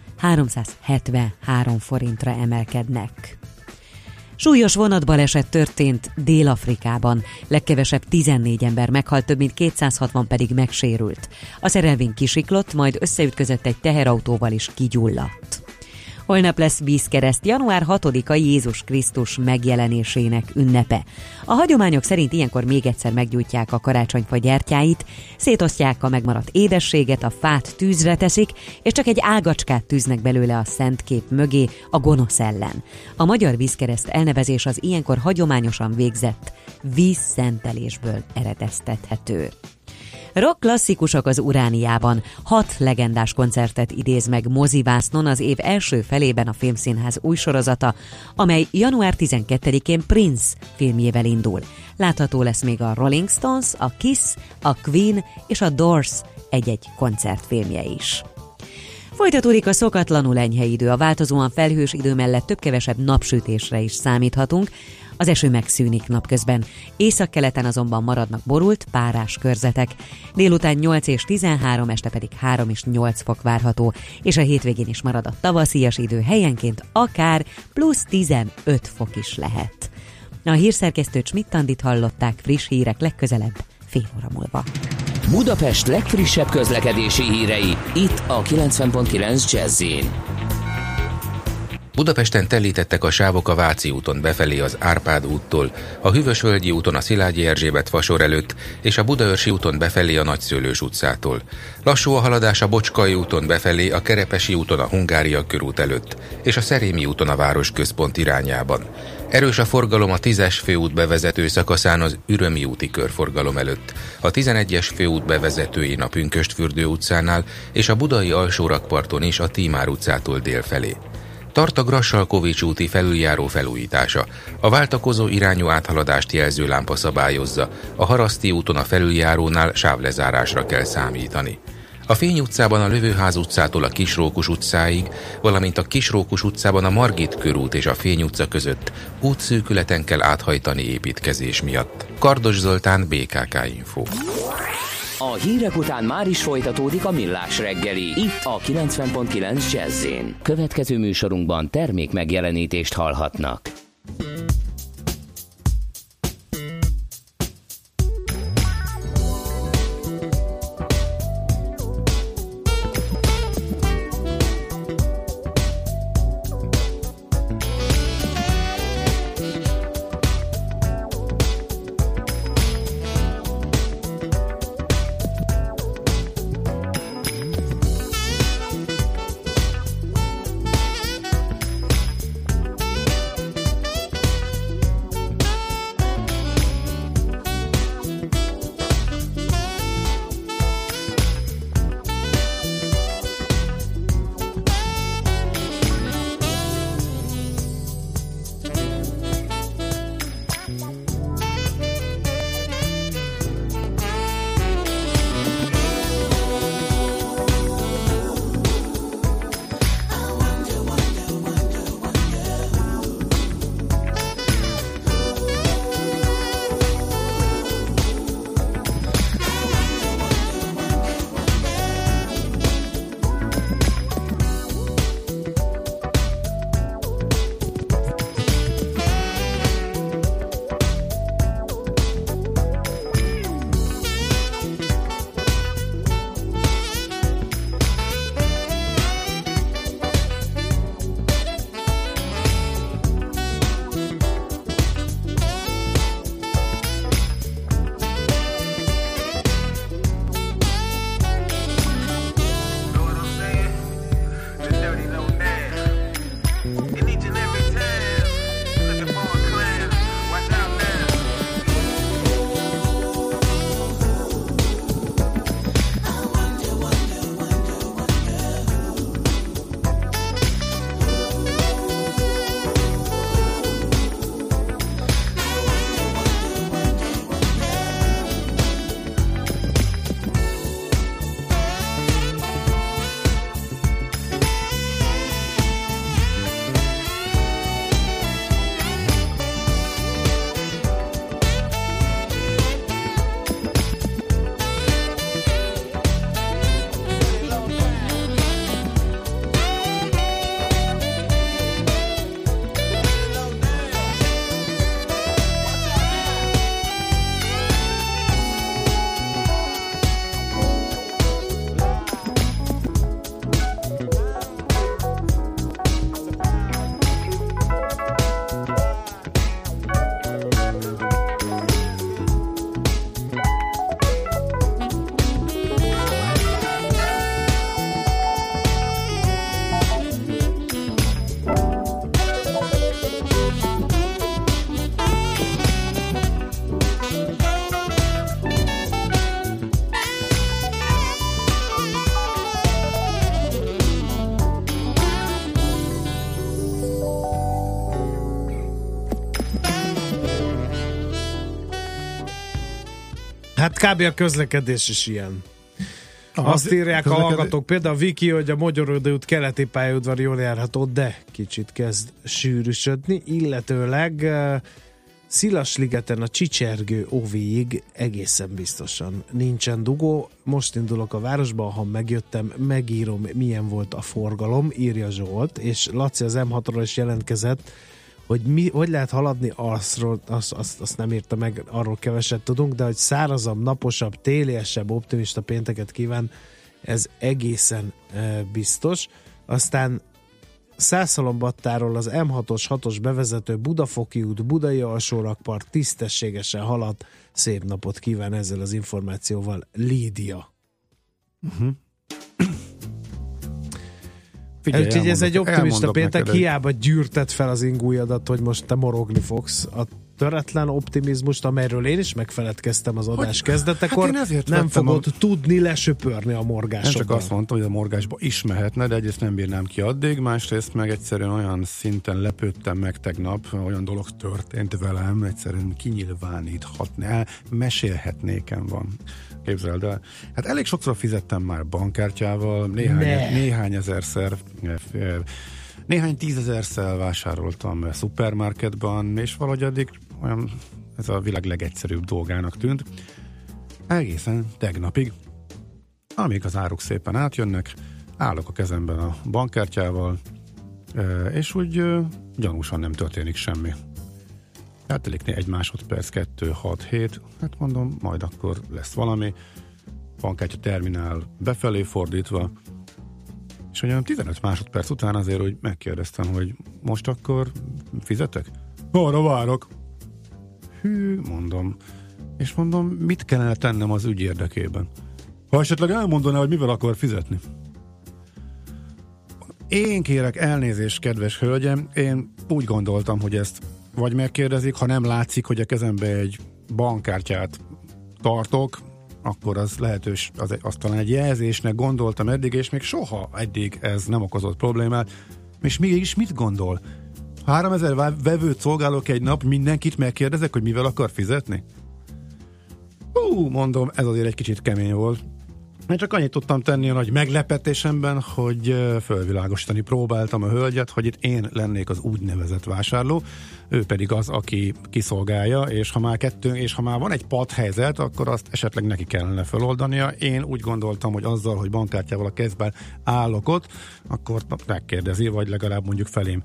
373 forintra emelkednek. Súlyos vonatbaleset történt Dél-Afrikában. Legkevesebb 14 ember meghalt, több mint 260 pedig megsérült. A szerelvény kisiklott, majd összeütközött egy teherautóval is kigyulladt. Holnap lesz vízkereszt, január 6-a Jézus Krisztus megjelenésének ünnepe. A hagyományok szerint ilyenkor még egyszer meggyújtják a karácsonyfa gyertyáit, szétosztják a megmaradt édességet, a fát tűzre teszik, és csak egy ágacskát tűznek belőle a szent kép mögé a gonosz ellen. A magyar vízkereszt elnevezés az ilyenkor hagyományosan végzett vízszentelésből eredeztethető. Rock klasszikusok az Urániában. 6 legendás koncertet idéz meg mozivásznon az év első felében a Filmszínház új sorozata, amely január 12-én Prince filmjével indul. Látható lesz még a Rolling Stones, a Kiss, a Queen és a Doors egy-egy koncertfilmje is. Folytatódik a szokatlanul enyhe idő, a változóan felhős idő mellett több-kevesebb napsütésre is számíthatunk. Az eső megszűnik napközben, északkeleten azonban maradnak borult, párás körzetek. Délután 8 és 13, este pedig 3 és 8 fok várható, és a hétvégén is marad a tavaszias idő, helyenként akár plusz 15 fok is lehet. A hírszerkesztő Schmidt-Andit hallották, friss hírek legközelebb, fél óra múlva. Budapest legfrissebb közlekedési hírei, itt a 90.9 Jazz-in. Budapesten telítettek a sávok a Váci úton befelé az Árpád úttól, a Hűvösvölgyi úton a Szilágyi Erzsébet fasor előtt és a Budaörsi úton befelé a Nagyszőlős utcától. Lassú a haladás a Bocskai úton befelé, a Kerepesi úton a Hungária körút előtt és a Szerémi úton a városközpont irányában. Erős a forgalom a 10-es főút bevezető szakaszán az Ürömi úti körforgalom előtt, a 11-es főút bevezetőjén a Pünkösdfürdő utcánál és a Budai alsórakparton is a Tímár utcától délfelé. Tart a Grassalkovics úti felüljáró felújítása. A váltakozó irányú áthaladást jelző lámpa szabályozza. A Haraszti úton a felüljárónál sávlezárásra kell számítani. A Fény utcában a Lövőház utcától a Kisrókus utcáig, valamint a Kisrókus utcában a Margit körút és a Fény utca között útszűkületen kell áthajtani építkezés miatt. Kardos Zoltán, BKK Info. A hírek után már is folytatódik a Millás reggeli, itt a 90.9 Jazz-in. Következő műsorunkban termék megjelenítést hallhatnak. Hát kb. A közlekedés is ilyen. Azt írják a hallgatók, például a Viki, hogy a Mogyorodó út keleti pályaudvar jól járható, de kicsit kezd sűrűsödni, illetőleg Szilasligeten a Csicsergő óvéig egészen biztosan nincsen dugó. Most indulok a városba, ha megjöttem, megírom, milyen volt a forgalom, írja Zsolt, és Laci az M6-ról is jelentkezett, hogy hogy lehet haladni, azt nem írta meg, arról keveset tudunk, de hogy szárazabb, naposabb, téliesebb, optimista pénteket kíván, ez egészen biztos. Aztán Szászhalombattáról az M6-os 6-os bevezető Budafoki út, Budai alsórakpart tisztességesen halad. Szép napot kíván ezzel az információval Lídia. Úgyhogy ez egy optimista péntek, hiába gyűrted fel az ingújadat, hogy most te morogni fogsz. A töretlen optimizmust, amelyről én is megfeledkeztem az adás kezdetekor, nem fogod tudni lesöpörni a morgásokban. Nem csak azt mondtam, hogy a morgásba is mehetne, de egyrészt nem bírnám ki addig, másrészt meg egyszerűen olyan szinten lepődtem meg tegnap, olyan dolog történt velem, egyszerűen kinyilváníthatni, mesélhetnékem van. Képzeld el. Hát elég sokszor fizettem már bankkártyával, néhány ezerszer, néhány tízezerszel vásároltam szupermarketban, és valahogy addig olyan, ez a világ legegyszerűbb dolgának tűnt. Egészen tegnapig, amíg az áruk szépen átjönnek, állok a kezemben a bankkártyával, és úgy gyanúsan nem történik semmi. Eltelik 1 másodperc, 2, 6, 7, hát mondom, majd akkor lesz valami. Bankkártya terminál befelé fordítva, és olyan 15 másodperc után azért úgy megkérdeztem, hogy most akkor fizetek? Arra várok. Hű, mondom. És mondom, mit kellene tennem az ügy érdekében? Ha esetleg elmondaná, hogy mivel akar fizetni. Én kérek elnézést, kedves hölgyem, én úgy gondoltam, hogy ezt vagy megkérdezik, ha nem látszik, hogy a kezembe egy bankkártyát tartok, akkor az lehetős, az talán egy jelzésnek gondoltam eddig, és még soha eddig ez nem okozott problémát. És mégis mit gondol? 3000 vevőt szolgálok egy nap, mindenkit megkérdezek, hogy mivel akar fizetni? Mondom, ez azért egy kicsit kemény volt. Én csak annyit tudtam tenni a nagy meglepetésemben, hogy fölvilágosítani próbáltam a hölgyet, hogy itt én lennék az úgynevezett vásárló, ő pedig az, aki kiszolgálja, és ha már van egy padhelyzet, akkor azt esetleg neki kellene feloldania. Én úgy gondoltam, hogy azzal, hogy bankkártyával a kezben állok ott, akkor megkérdezi, vagy legalább mondjuk felém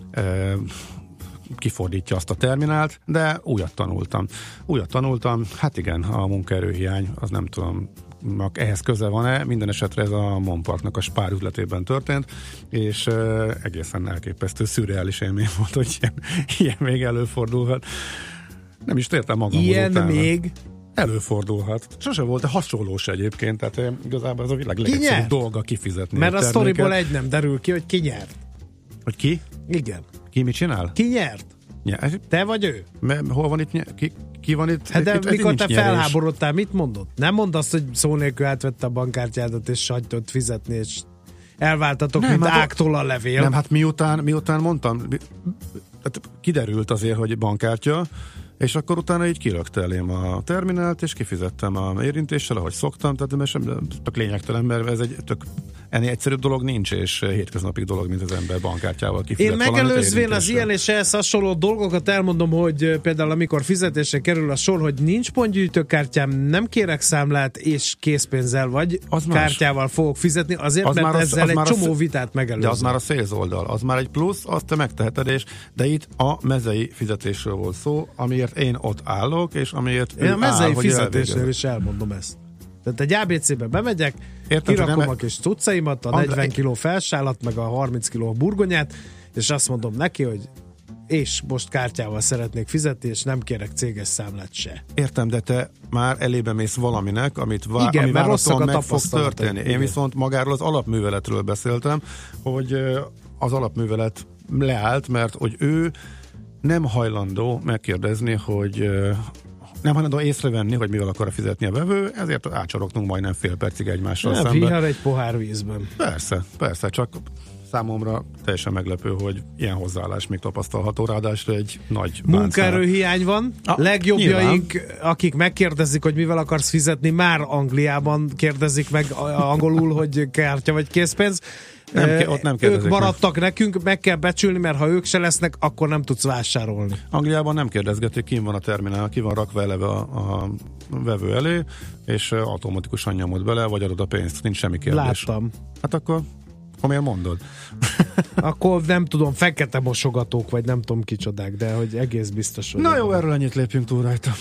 kifordítja azt a terminált, de újat tanultam. Hát igen, a munkaerőhiány, az nem tudom, ehhez köze van-e, minden esetre ez a Monparknak a Spár üzletében történt, és egészen elképesztő, szürreális élmény volt, hogy ilyen még előfordulhat. Nem is értem magam ilyen még előfordulhat. Sose volt, de hasonló se egyébként, tehát igazából ez a világ legegyszerűbb dolga kifizetni. Mert a sztoriból egy nem derül ki, hogy ki nyert. Hogy ki? Igen. Ki mit csinál? Ki nyert? Te vagy ő? Hol van itt ki van itt? Hát de mikor te felháborodtál, mit mondod? Nem mondd azt, hogy szó nélkül átvette a bankkártyádat, és hagytad fizetni, és elváltatok, mint ágtól a levél. Nem, hát miután mondtam, hát kiderült azért, hogy bankkártya, és akkor utána így kilökte elém a terminált, és kifizettem a érintéssel, ahogy szoktam, tehát tök lényegtelen, mert ez egy tök ennél egyszerűbb dolog nincs, és hétköznapi dolog, mint az ember bankkártyával kifizet. Én megelőzvén az ilyen és ehhez hasonló dolgokat elmondom, hogy például amikor fizetésre kerül a sor, hogy nincs pontgyűjtőkártyám, nem kérek számlát, és készpénzzel vagy az kártyával fogok fizetni, azért, az mert ezzel egy csomó vitát megelőzöm. De az már a sales oldal, az már egy plusz, azt te megteheted, de itt a mezei fizetésről volt szó, amiért én ott állok, és amiért én a mezei fizetésnél is elmondom ezt. Tehát egy ABC-be bemegyek, kirakom a kis cuccaimat, a 40 kiló felsálat, meg a 30 kiló burgonyát, és azt mondom neki, hogy és most kártyával szeretnék fizetni, és nem kérek céges számlát se. Értem, de te már elébe mész valaminek, ami várhatóan meg fog történni. Én viszont magáról az alapműveletről beszéltem, hogy az alapművelet leállt, mert hogy ő nem hajlandó megkérdezni, hogy nem hajlandó észrevenni, hogy mivel akar fizetni a vevő, ezért átcsorogtunk majdnem fél percig egymással szemben. Vihar egy pohár vízben. Persze, csak Számomra teljesen meglepő, hogy ilyen hozzáállás még tapasztalható, ráadásul egy nagy munkaerőhiány van. Legjobbjaink, akik megkérdezik, hogy mivel akarsz fizetni, már Angliában kérdezik meg angolul, hogy kártya vagy készpénz. Ott nem ők maradtak nekünk, meg kell becsülni, mert ha ők se lesznek, akkor nem tudsz vásárolni. Angliában nem kérdezgetik, ki van a terminál, ki van rakva eleve a vevő elé, és automatikusan nyomod bele, vagy adod a pénzt, nincs semmi kérdés. Láttam. Hát akkor miért mondod? Akkor nem tudom, fekete mosogatók, vagy nem tudom kicsodák, de hogy egész biztos, hogy... Na jó, erről ennyit lépjünk túl rajta.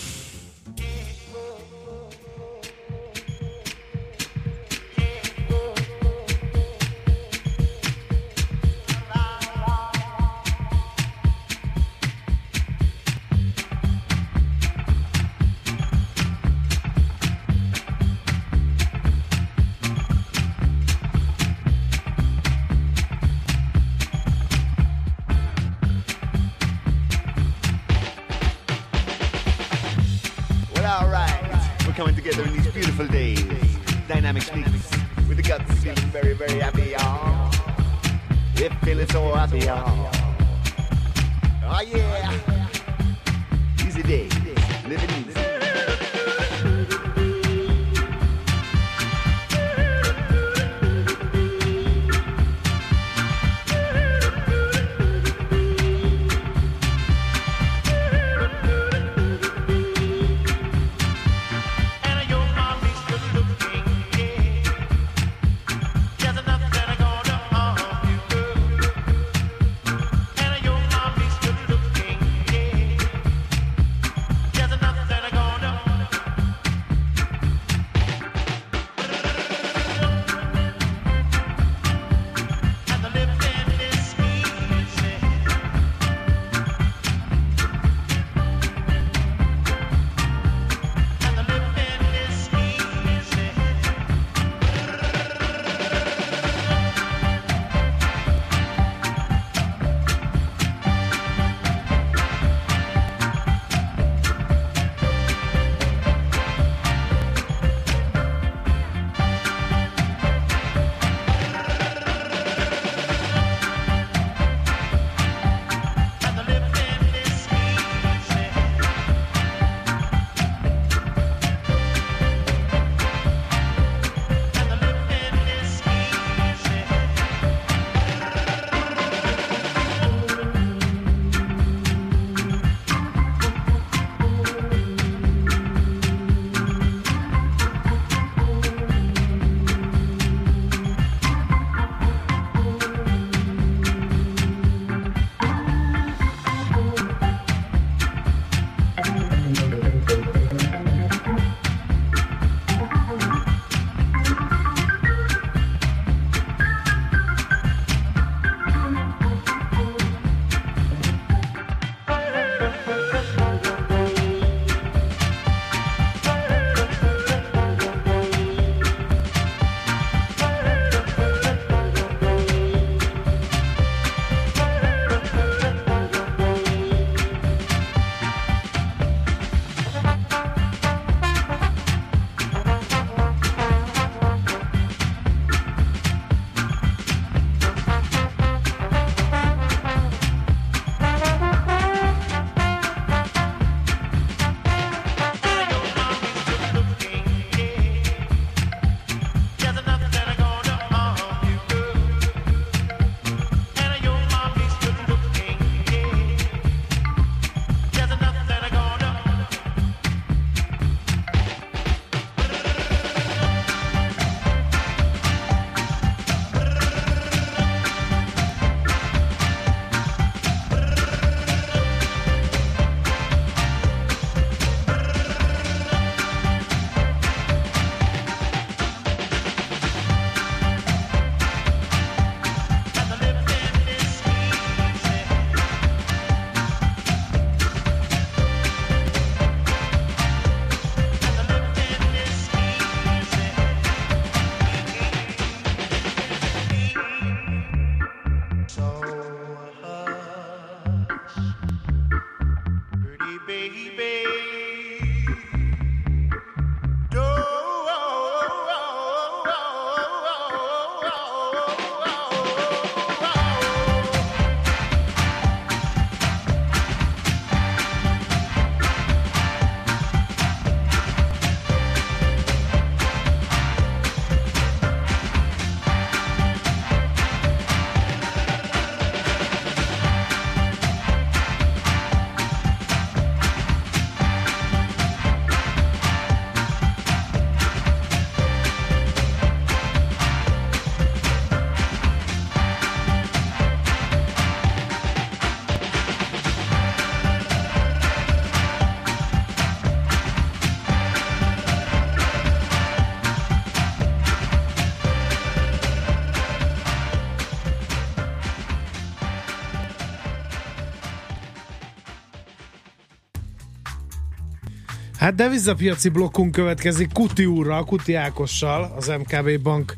Hát devizapiaci blokkunk következik Kuti úrral, Kuti Ákossal, az MKB Bank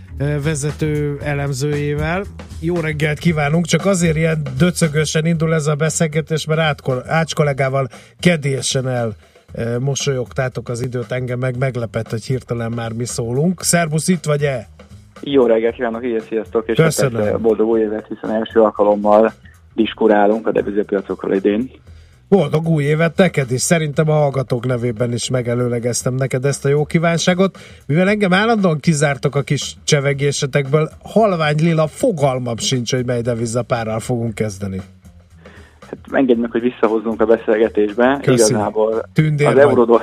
vezető elemzőjével. Jó reggelt kívánunk, csak azért ilyen döcögösen indul ez a beszélgetés, mert Ács kollégával kedélyesen mosolyogtátok az időt, engem meglepett, hogy hirtelen már mi szólunk. Szerbusz, itt vagy-e? Jó reggelt kívánok, így sziasztok, és köszönöm. Boldog új évet, hiszen első alkalommal diskurálunk a devizapiacokról idén. Boldog új évet neked is, szerintem a hallgatók nevében is megelőlegeztem neked ezt a jó kívánságot, mivel engem állandóan kizártok a kis csevegésetekből, halvány lila fogalmam sincs, hogy mely devizapárral fogunk kezdeni. Hát engedj meg, hogy visszahozzunk a beszélgetésbe. Köszi. Igazából Tündér az eurodollár,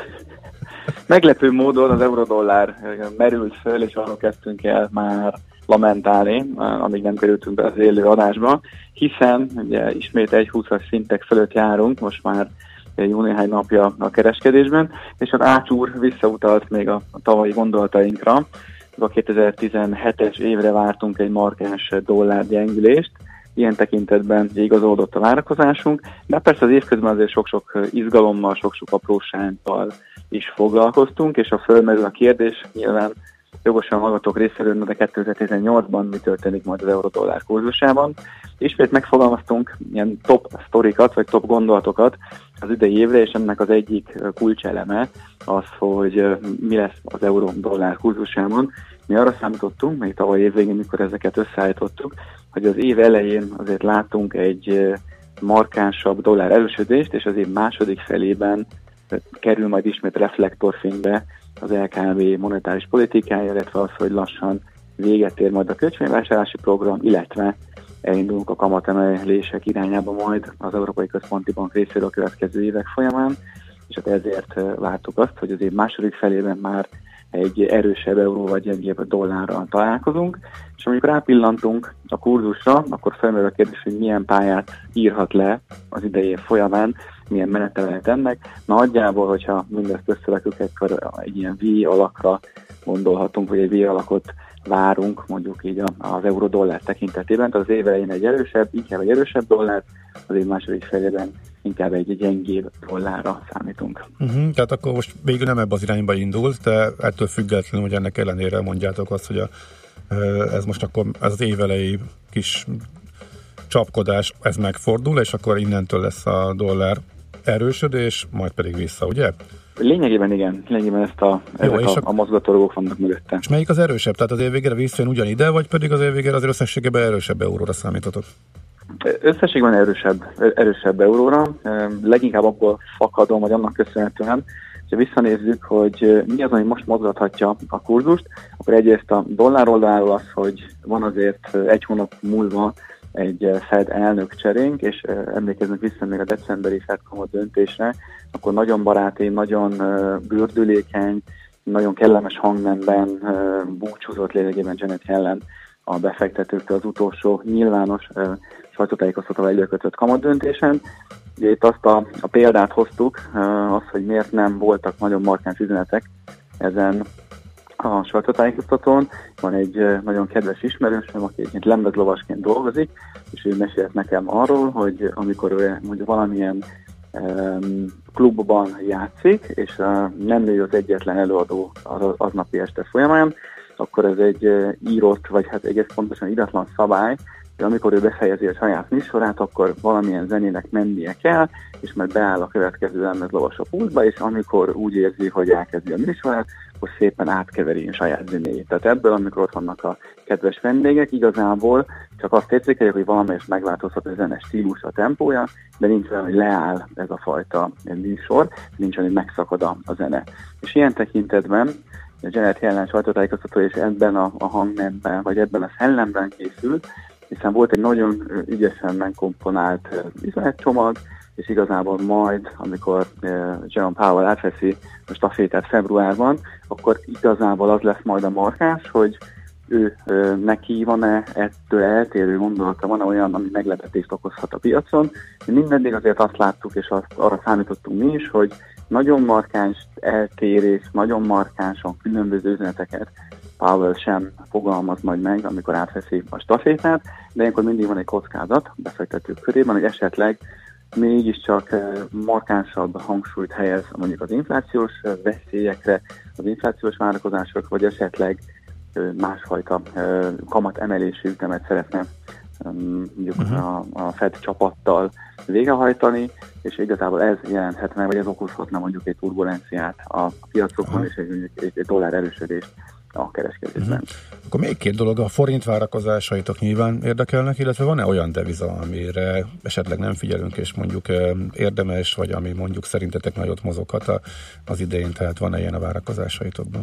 meglepő módon az eurodollár merült föl, és arról kezdtünk el már lamentálni, amíg nem kerültünk be az élő adásba, hiszen ugye ismét 1,20-as szintek fölött járunk, most már jó néhány napja a kereskedésben, és az Ács úr visszautalt még a tavalyi gondolatainkra. A 2017-es évre vártunk egy markáns dollárgyengülést, ilyen tekintetben igazolódott a várakozásunk, de persze az évközben azért sok-sok izgalommal, sok-sok aprósággal is foglalkoztunk, és a fölmerül a kérdés, nyilván jogosan hallgatók részéről, de 2018-ban mi történik majd az euró-dollár kurzusában. Ismét megfogalmaztunk ilyen top sztorikat, vagy top gondolatokat az idei évre, és ennek az egyik kulcseleme az, hogy mi lesz az euró-dollár kurzusában. Mi arra számítottunk, még tavaly évvégén, mikor ezeket összeállítottuk, hogy az év elején azért látunk egy markánsabb dollár erősödést, és az év második felében kerül majd ismét reflektorfénybe az LKB monetáris politikája, illetve az, hogy lassan véget ér majd a kötvényvásárlási program, illetve elindulunk a kamatemelések irányába majd az Európai Központi Bank részéről a következő évek folyamán, és hát ezért vártuk azt, hogy az év második felében már egy erősebb euró vagy gyengébb dollárral találkozunk, és amikor rápillantunk a kurzusra, akkor felmerül a kérdés, hogy milyen pályát írhat le az idei év folyamán, milyen menete lehet ennek. Nagyjából, hogyha mindezt összerakjuk, akkor egy ilyen V alakra gondolhatunk, vagy egy V alakot várunk, mondjuk így az euró-dollár tekintetében. Tehát az év elején inkább egy erősebb dollár, az év második felében inkább egy gyengébb dollárra számítunk. Tehát akkor most végül nem ebbe az irányba indult, de ettől függetlenül, hogy ennek ellenére mondjátok azt, hogy ez most akkor ez az év elejé kis csapkodás, ez megfordul, és akkor innentől lesz a dollár erősödés, majd pedig vissza, ugye? Lényegében igen, ezek a mozgatórugók vannak mögötte. És melyik az erősebb? Tehát az év végére visszajön ugyanide, vagy pedig az év végére az összességében erősebb euróra számítotok? Összességben erősebb euróra, leginkább abból fakadom, vagy annak köszönhetően, ha visszanézzük, hogy mi az, ami most mozgathatja a kurzust, akkor egyrészt a dollár oldaláról az, hogy van azért egy hónap múlva egy Fed elnök cserénk, és emlékeznek vissza még a decemberi Fed kamat döntésre, akkor nagyon baráti, nagyon gördülékeny, nagyon kellemes hangnemben búcsúzott lényegében Janet Yellen a befektetőktől az utolsó nyilvános sajtótájékoztatóval előkötött kamatdöntésen. Ugye itt azt a példát hoztuk, az, hogy miért nem voltak nagyon markáns üzenetek ezen a sajtótájékoztatón. Van egy nagyon kedves ismerősöm, aki egyébként lemezlovasként dolgozik, és ő mesélt nekem arról, hogy amikor ő valamilyen klubban játszik, és nem ő az egyetlen előadó az aznapi este folyamán, akkor ez egy írott, vagy hát egész pontosan íratlan szabály, hogy amikor ő befejezi a saját műsorát, akkor valamilyen zenének mennie kell, és majd beáll a következő lemezlovas a pultba, és amikor úgy érzi, hogy elkezdi a műsorát, akkor szépen átkeveri a saját zenéjét. Tehát ebből, amikor ott vannak a kedves vendégek, igazából csak azt érzékeljük, hogy valamelyest megváltozhat a zene stílus, a tempója, de nincs olyan, hogy leáll ez a fajta műsor, nincs olyan, hogy megszakad a zene. És ilyen tekintetben a Janet Yellen sajtótájékoztató és ebben a hangnemben, vagy ebben a szellemben készült, hiszen volt egy nagyon ügyesen megkomponált üzenetcsomag, és igazából majd, amikor Jerome Powell átveszi a stafétát februárban, akkor igazából az lesz majd a markás, hogy neki van-e ettől eltérő gondolata, van-e olyan, ami meglepetést okozhat a piacon. Mi mindeddig azért azt láttuk, és arra számítottunk mi is, hogy nagyon markáns eltérés, nagyon markánsan különböző üzeneteket Powell sem fogalmaz majd meg, amikor átveszi a stafétát, de ilyenkor mindig van egy kockázat befektetők körében, hogy esetleg mégiscsak markánsabb hangsúlyt helyez mondjuk az inflációs veszélyekre, az inflációs várakozásokra, vagy esetleg másfajta kamat emelési ütemet szeretne mondjuk a Fed csapattal végrehajtani, és igazából ez jelenthetne, vagy ez okozhatna mondjuk egy turbulenciát a piacokon, és egy dollár erősödést a kereskedésben. Akkor még két dolog, a forint várakozásaitok nyilván érdekelnek, illetve van-e olyan deviza, amire esetleg nem figyelünk, és mondjuk érdemes, vagy ami mondjuk szerintetek nagyot mozoghat az idején, tehát van-e ilyen a várakozásaitokban?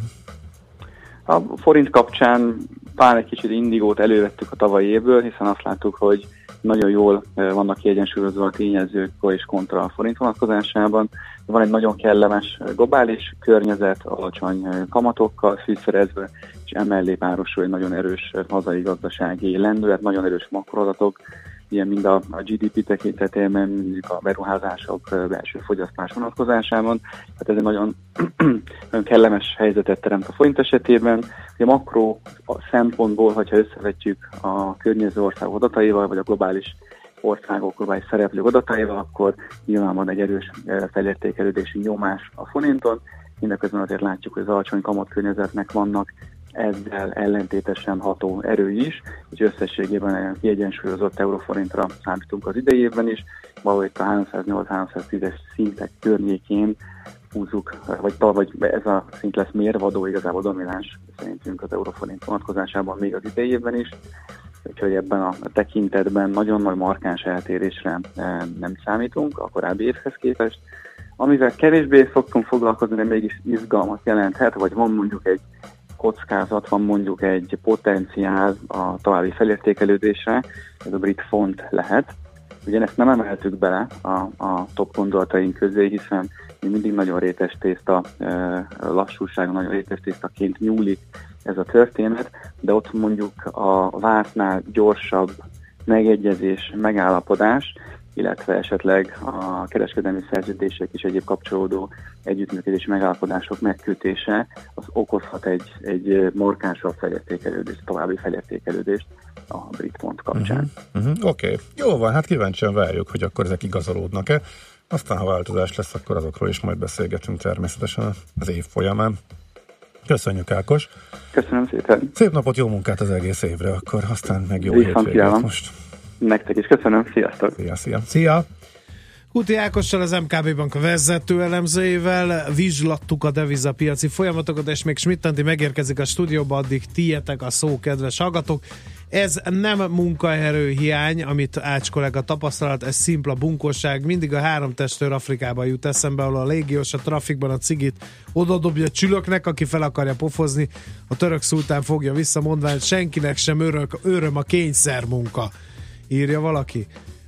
A forint kapcsán talán egy kicsit indigót elővettük a tavalyi évből, hiszen azt láttuk, hogy nagyon jól vannak kiegyensúlyozva a tényezők és kontra a forint vonatkozásában. Van egy nagyon kellemes globális környezet, alacsony kamatokkal fűszerezve, és emellé párosul egy nagyon erős hazai gazdasági lendület, nagyon erős makroadatok, ilyen mind a GDP tekintetében, mondjuk a beruházások, belső fogyasztás vonatkozásában. Tehát ez egy nagyon, nagyon kellemes helyzetet teremt a forint esetében. A makro szempontból, hogyha összevetjük a környező országok adataival, vagy a globális országok, globális szereplők adataival, akkor nyilván van egy erős felértékelődési nyomás a forinton. Mindeközben azért látjuk, hogy az alacsony kamatkörnyezetnek vannak ezzel ellentétesen ható erő is, és összességében egy kiegyensúlyozott euróforintra számítunk az idei évben is, valahogy a 308-310-es szintek környékén húzzuk, vagy ez a szint lesz mérvadó, igazából domináns szerintünk az euróforint vonatkozásában még az idei évben is, úgyhogy ebben a tekintetben nagyon nagy markáns eltérésre nem számítunk a korábbi évhez képest. Amivel kevésbé szoktunk foglalkozni, de mégis izgalmat jelenthet, vagy van mondjuk egy kockázat, van mondjuk egy potenciál a további felértékelődésre, ez a brit font lehet. Ugye ezt nem emeltük bele a top gondolataink közé, hiszen mindig nagyon rétes tészta, lassúságon nagyon rétes tésztaként nyúlik ez a történet, de ott mondjuk a vártnál gyorsabb megegyezés, megállapodás, illetve esetleg a kereskedelmi szerződések és egyéb kapcsolódó együttműködési megállapodások megkötése, az okozhat egy markánsabb felértékelődést, további felértékelődést a brit font kapcsán. Oké. Jó van, hát kíváncsian várjuk, hogy akkor ezek igazolódnak-e. Aztán, ha változás lesz, akkor azokról is majd beszélgetünk természetesen az év folyamán. Köszönjük, Ákos! Köszönöm szépen! Szép napot, jó munkát az egész évre, akkor aztán meg jó hétvégét most. Nektek is köszönöm, sziasztok! Szia! Huti Ákossal, az MKB Bank vezető elemzőjével vizslattuk a devizapiaci folyamatokat, és még Schmidt-Andi megérkezik a stúdióba, addig tietek a szó, kedves hallgatók. Ez nem munkaerő hiány, amit Ács kollega tapasztalat, ez szimpla bunkóság. Mindig a három testőr Afrikába jut eszembe, ahol a légiós a trafikban a cigit odadobja csülöknek, aki fel akarja pofozni. A török szultán fogja vissza, mondván, senkinek sem öröm a kényszermunka, írja valaki.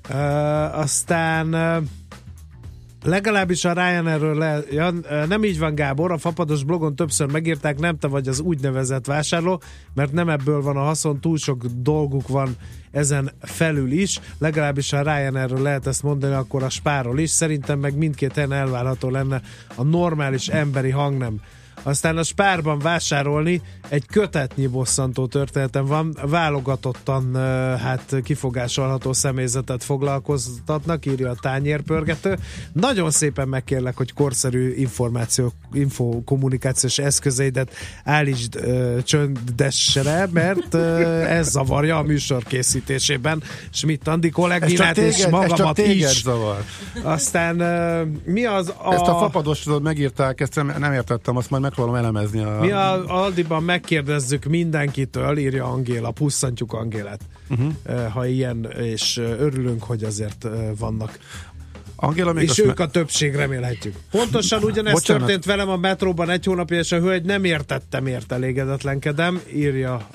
Aztán legalábbis a Ryanairről nem így van, Gábor, a Fapados blogon többször megírták, nem te vagy az úgynevezett vásárló, mert nem ebből van a haszon, túl sok dolguk van ezen felül is, legalábbis a Ryanairről lehet ezt mondani, akkor a Spárról is, szerintem meg mindkét helyen elvárható lenne a normális emberi hangnem. Aztán a Spárban vásárolni egy kötetnyi bosszantó történetem van, válogatottan kifogásolható személyzetet foglalkoztatnak, írja a Tányérpörgető. Nagyon szépen megkérlek, hogy korszerű infokommunikációs eszközeidet állítsd csöndesre, mert ez zavarja a műsor készítésében. Schmidt-Andi kolléginát és magamat is. Zavar. Aztán mi az Ezt a Fapadosról megírták, ezt nem értettem, azt majd megpróbálom elemezni. Mi a Aldiban megkérdezzük mindenkitől, írja Angéla, pusszantjuk Angélát, ha ilyen, és örülünk, hogy azért vannak. Angéla, és ők a többség, remélhetjük. Pontosan ugyanezt történt velem a metróban egy hónapja, és a hölgy nem értettem, miért elégedetlenkedem, írja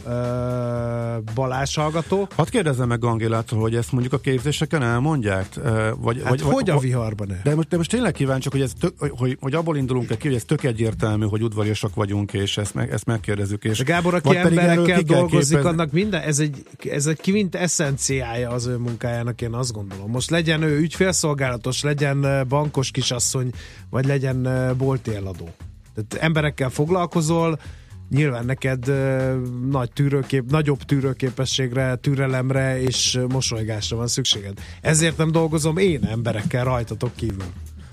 Balázs hallgató. Hadd kérdezzem meg Angélától, hogy ezt mondjuk a képzéseken elmondják? Hogy a viharban ne? De most tényleg kíváncsiak, hogy hogy abból indulunk ki, hogy ez tök egyértelmű, hogy udvariasak vagyunk, és ezt megkérdezzük. És de Gábor, aki emberekkel dolgozik, annak minden, ez egy kvint eszenciája az ő munkájának, én azt gondolom. Most legyen ő ügyfélszolgálatos, legyen bankos kisasszony, vagy legyen bolti eladó. Tehát emberekkel foglalkozol, nyilván neked nagyobb tűrőképességre, türelemre és mosolygásra van szükséged. Ezért nem dolgozom én emberekkel rajtatok kívül.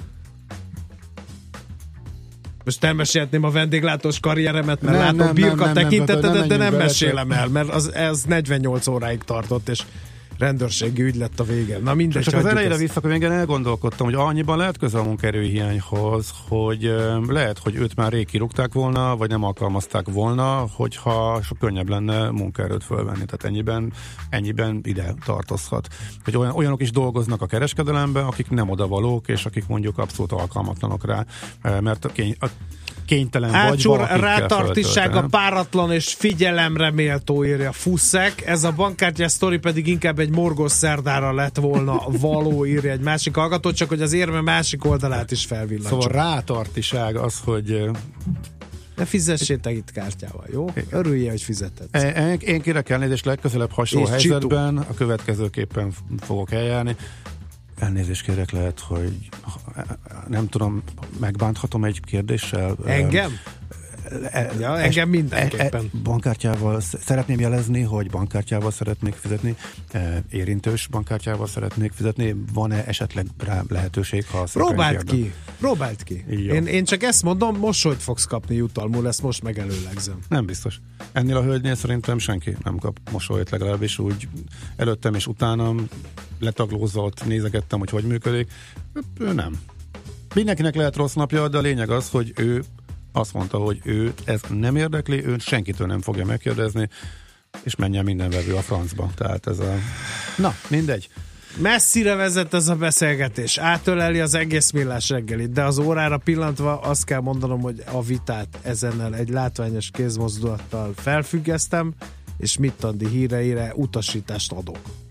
Most elmesélhetném a vendéglátós karrieremet, mert látom birka tekintetedet, de nem mesélem el, mert ez 48 óráig tartott, és rendőrségi ügy lett a vége. Na mindegy. Csak az elejére vissza, én elgondolkodtam, hogy annyiban lehet köze a munkaerőhiányhoz, hogy lehet, hogy őt már rég kirúgták volna, vagy nem alkalmazták volna, hogyha sok könnyebb lenne munkaerőt fölvenni. Tehát ennyiben ide tartozhat. Hogy olyanok is dolgoznak a kereskedelemben, akik nem odavalók, és akik mondjuk abszolút alkalmatlanok rá, mert kénytelen Ácsor vagy rátartisága páratlan és figyelemre méltó, írja Fuszek. Ez a bankkártyás sztori pedig inkább egy morgos szerdára lett volna való, írja egy másik hallgató, csak hogy az érme másik oldalát is felvillantsuk. Szóval rátartiság az, hogy ne fizessétek itt kártyával, jó? Örülje, hogy fizetett. Én kérek elnézést, legközelebb hasonló helyzetben a következőképpen fogok eljárni. Elnézést kérek, lehet, hogy nem tudom, megbánthatom egy kérdéssel. Engem? Engem mindenképpen. Bankkártyával szeretném jelezni, hogy bankkártyával szeretnék fizetni, érintős bankkártyával szeretnék fizetni. Van-e esetleg rá lehetőség, ha Próbáld ki. Én csak ezt mondom, mosolyt fogsz kapni jutalmul, ezt most megelőlegzem. Nem biztos. Ennél a hölgynél szerintem senki nem kap mosolyt, legalábbis úgy előttem és utánam letaglózott, nézegettem, hogy működik. Ő nem. Mindenkinek lehet rossz napja, de a lényeg az, hogy ő azt mondta, hogy őt ez nem érdekli, őt senkitől nem fogja megkérdezni, és menjen minden vevő a francba. Tehát ez a... Na, mindegy. Messzire vezet ez a beszélgetés, átöleli az egész Millás reggelit, de az órára pillantva azt kell mondanom, hogy a vitát ezennel egy látványos kézmozdulattal felfüggesztem, és Mittandi híreire utasítást adok.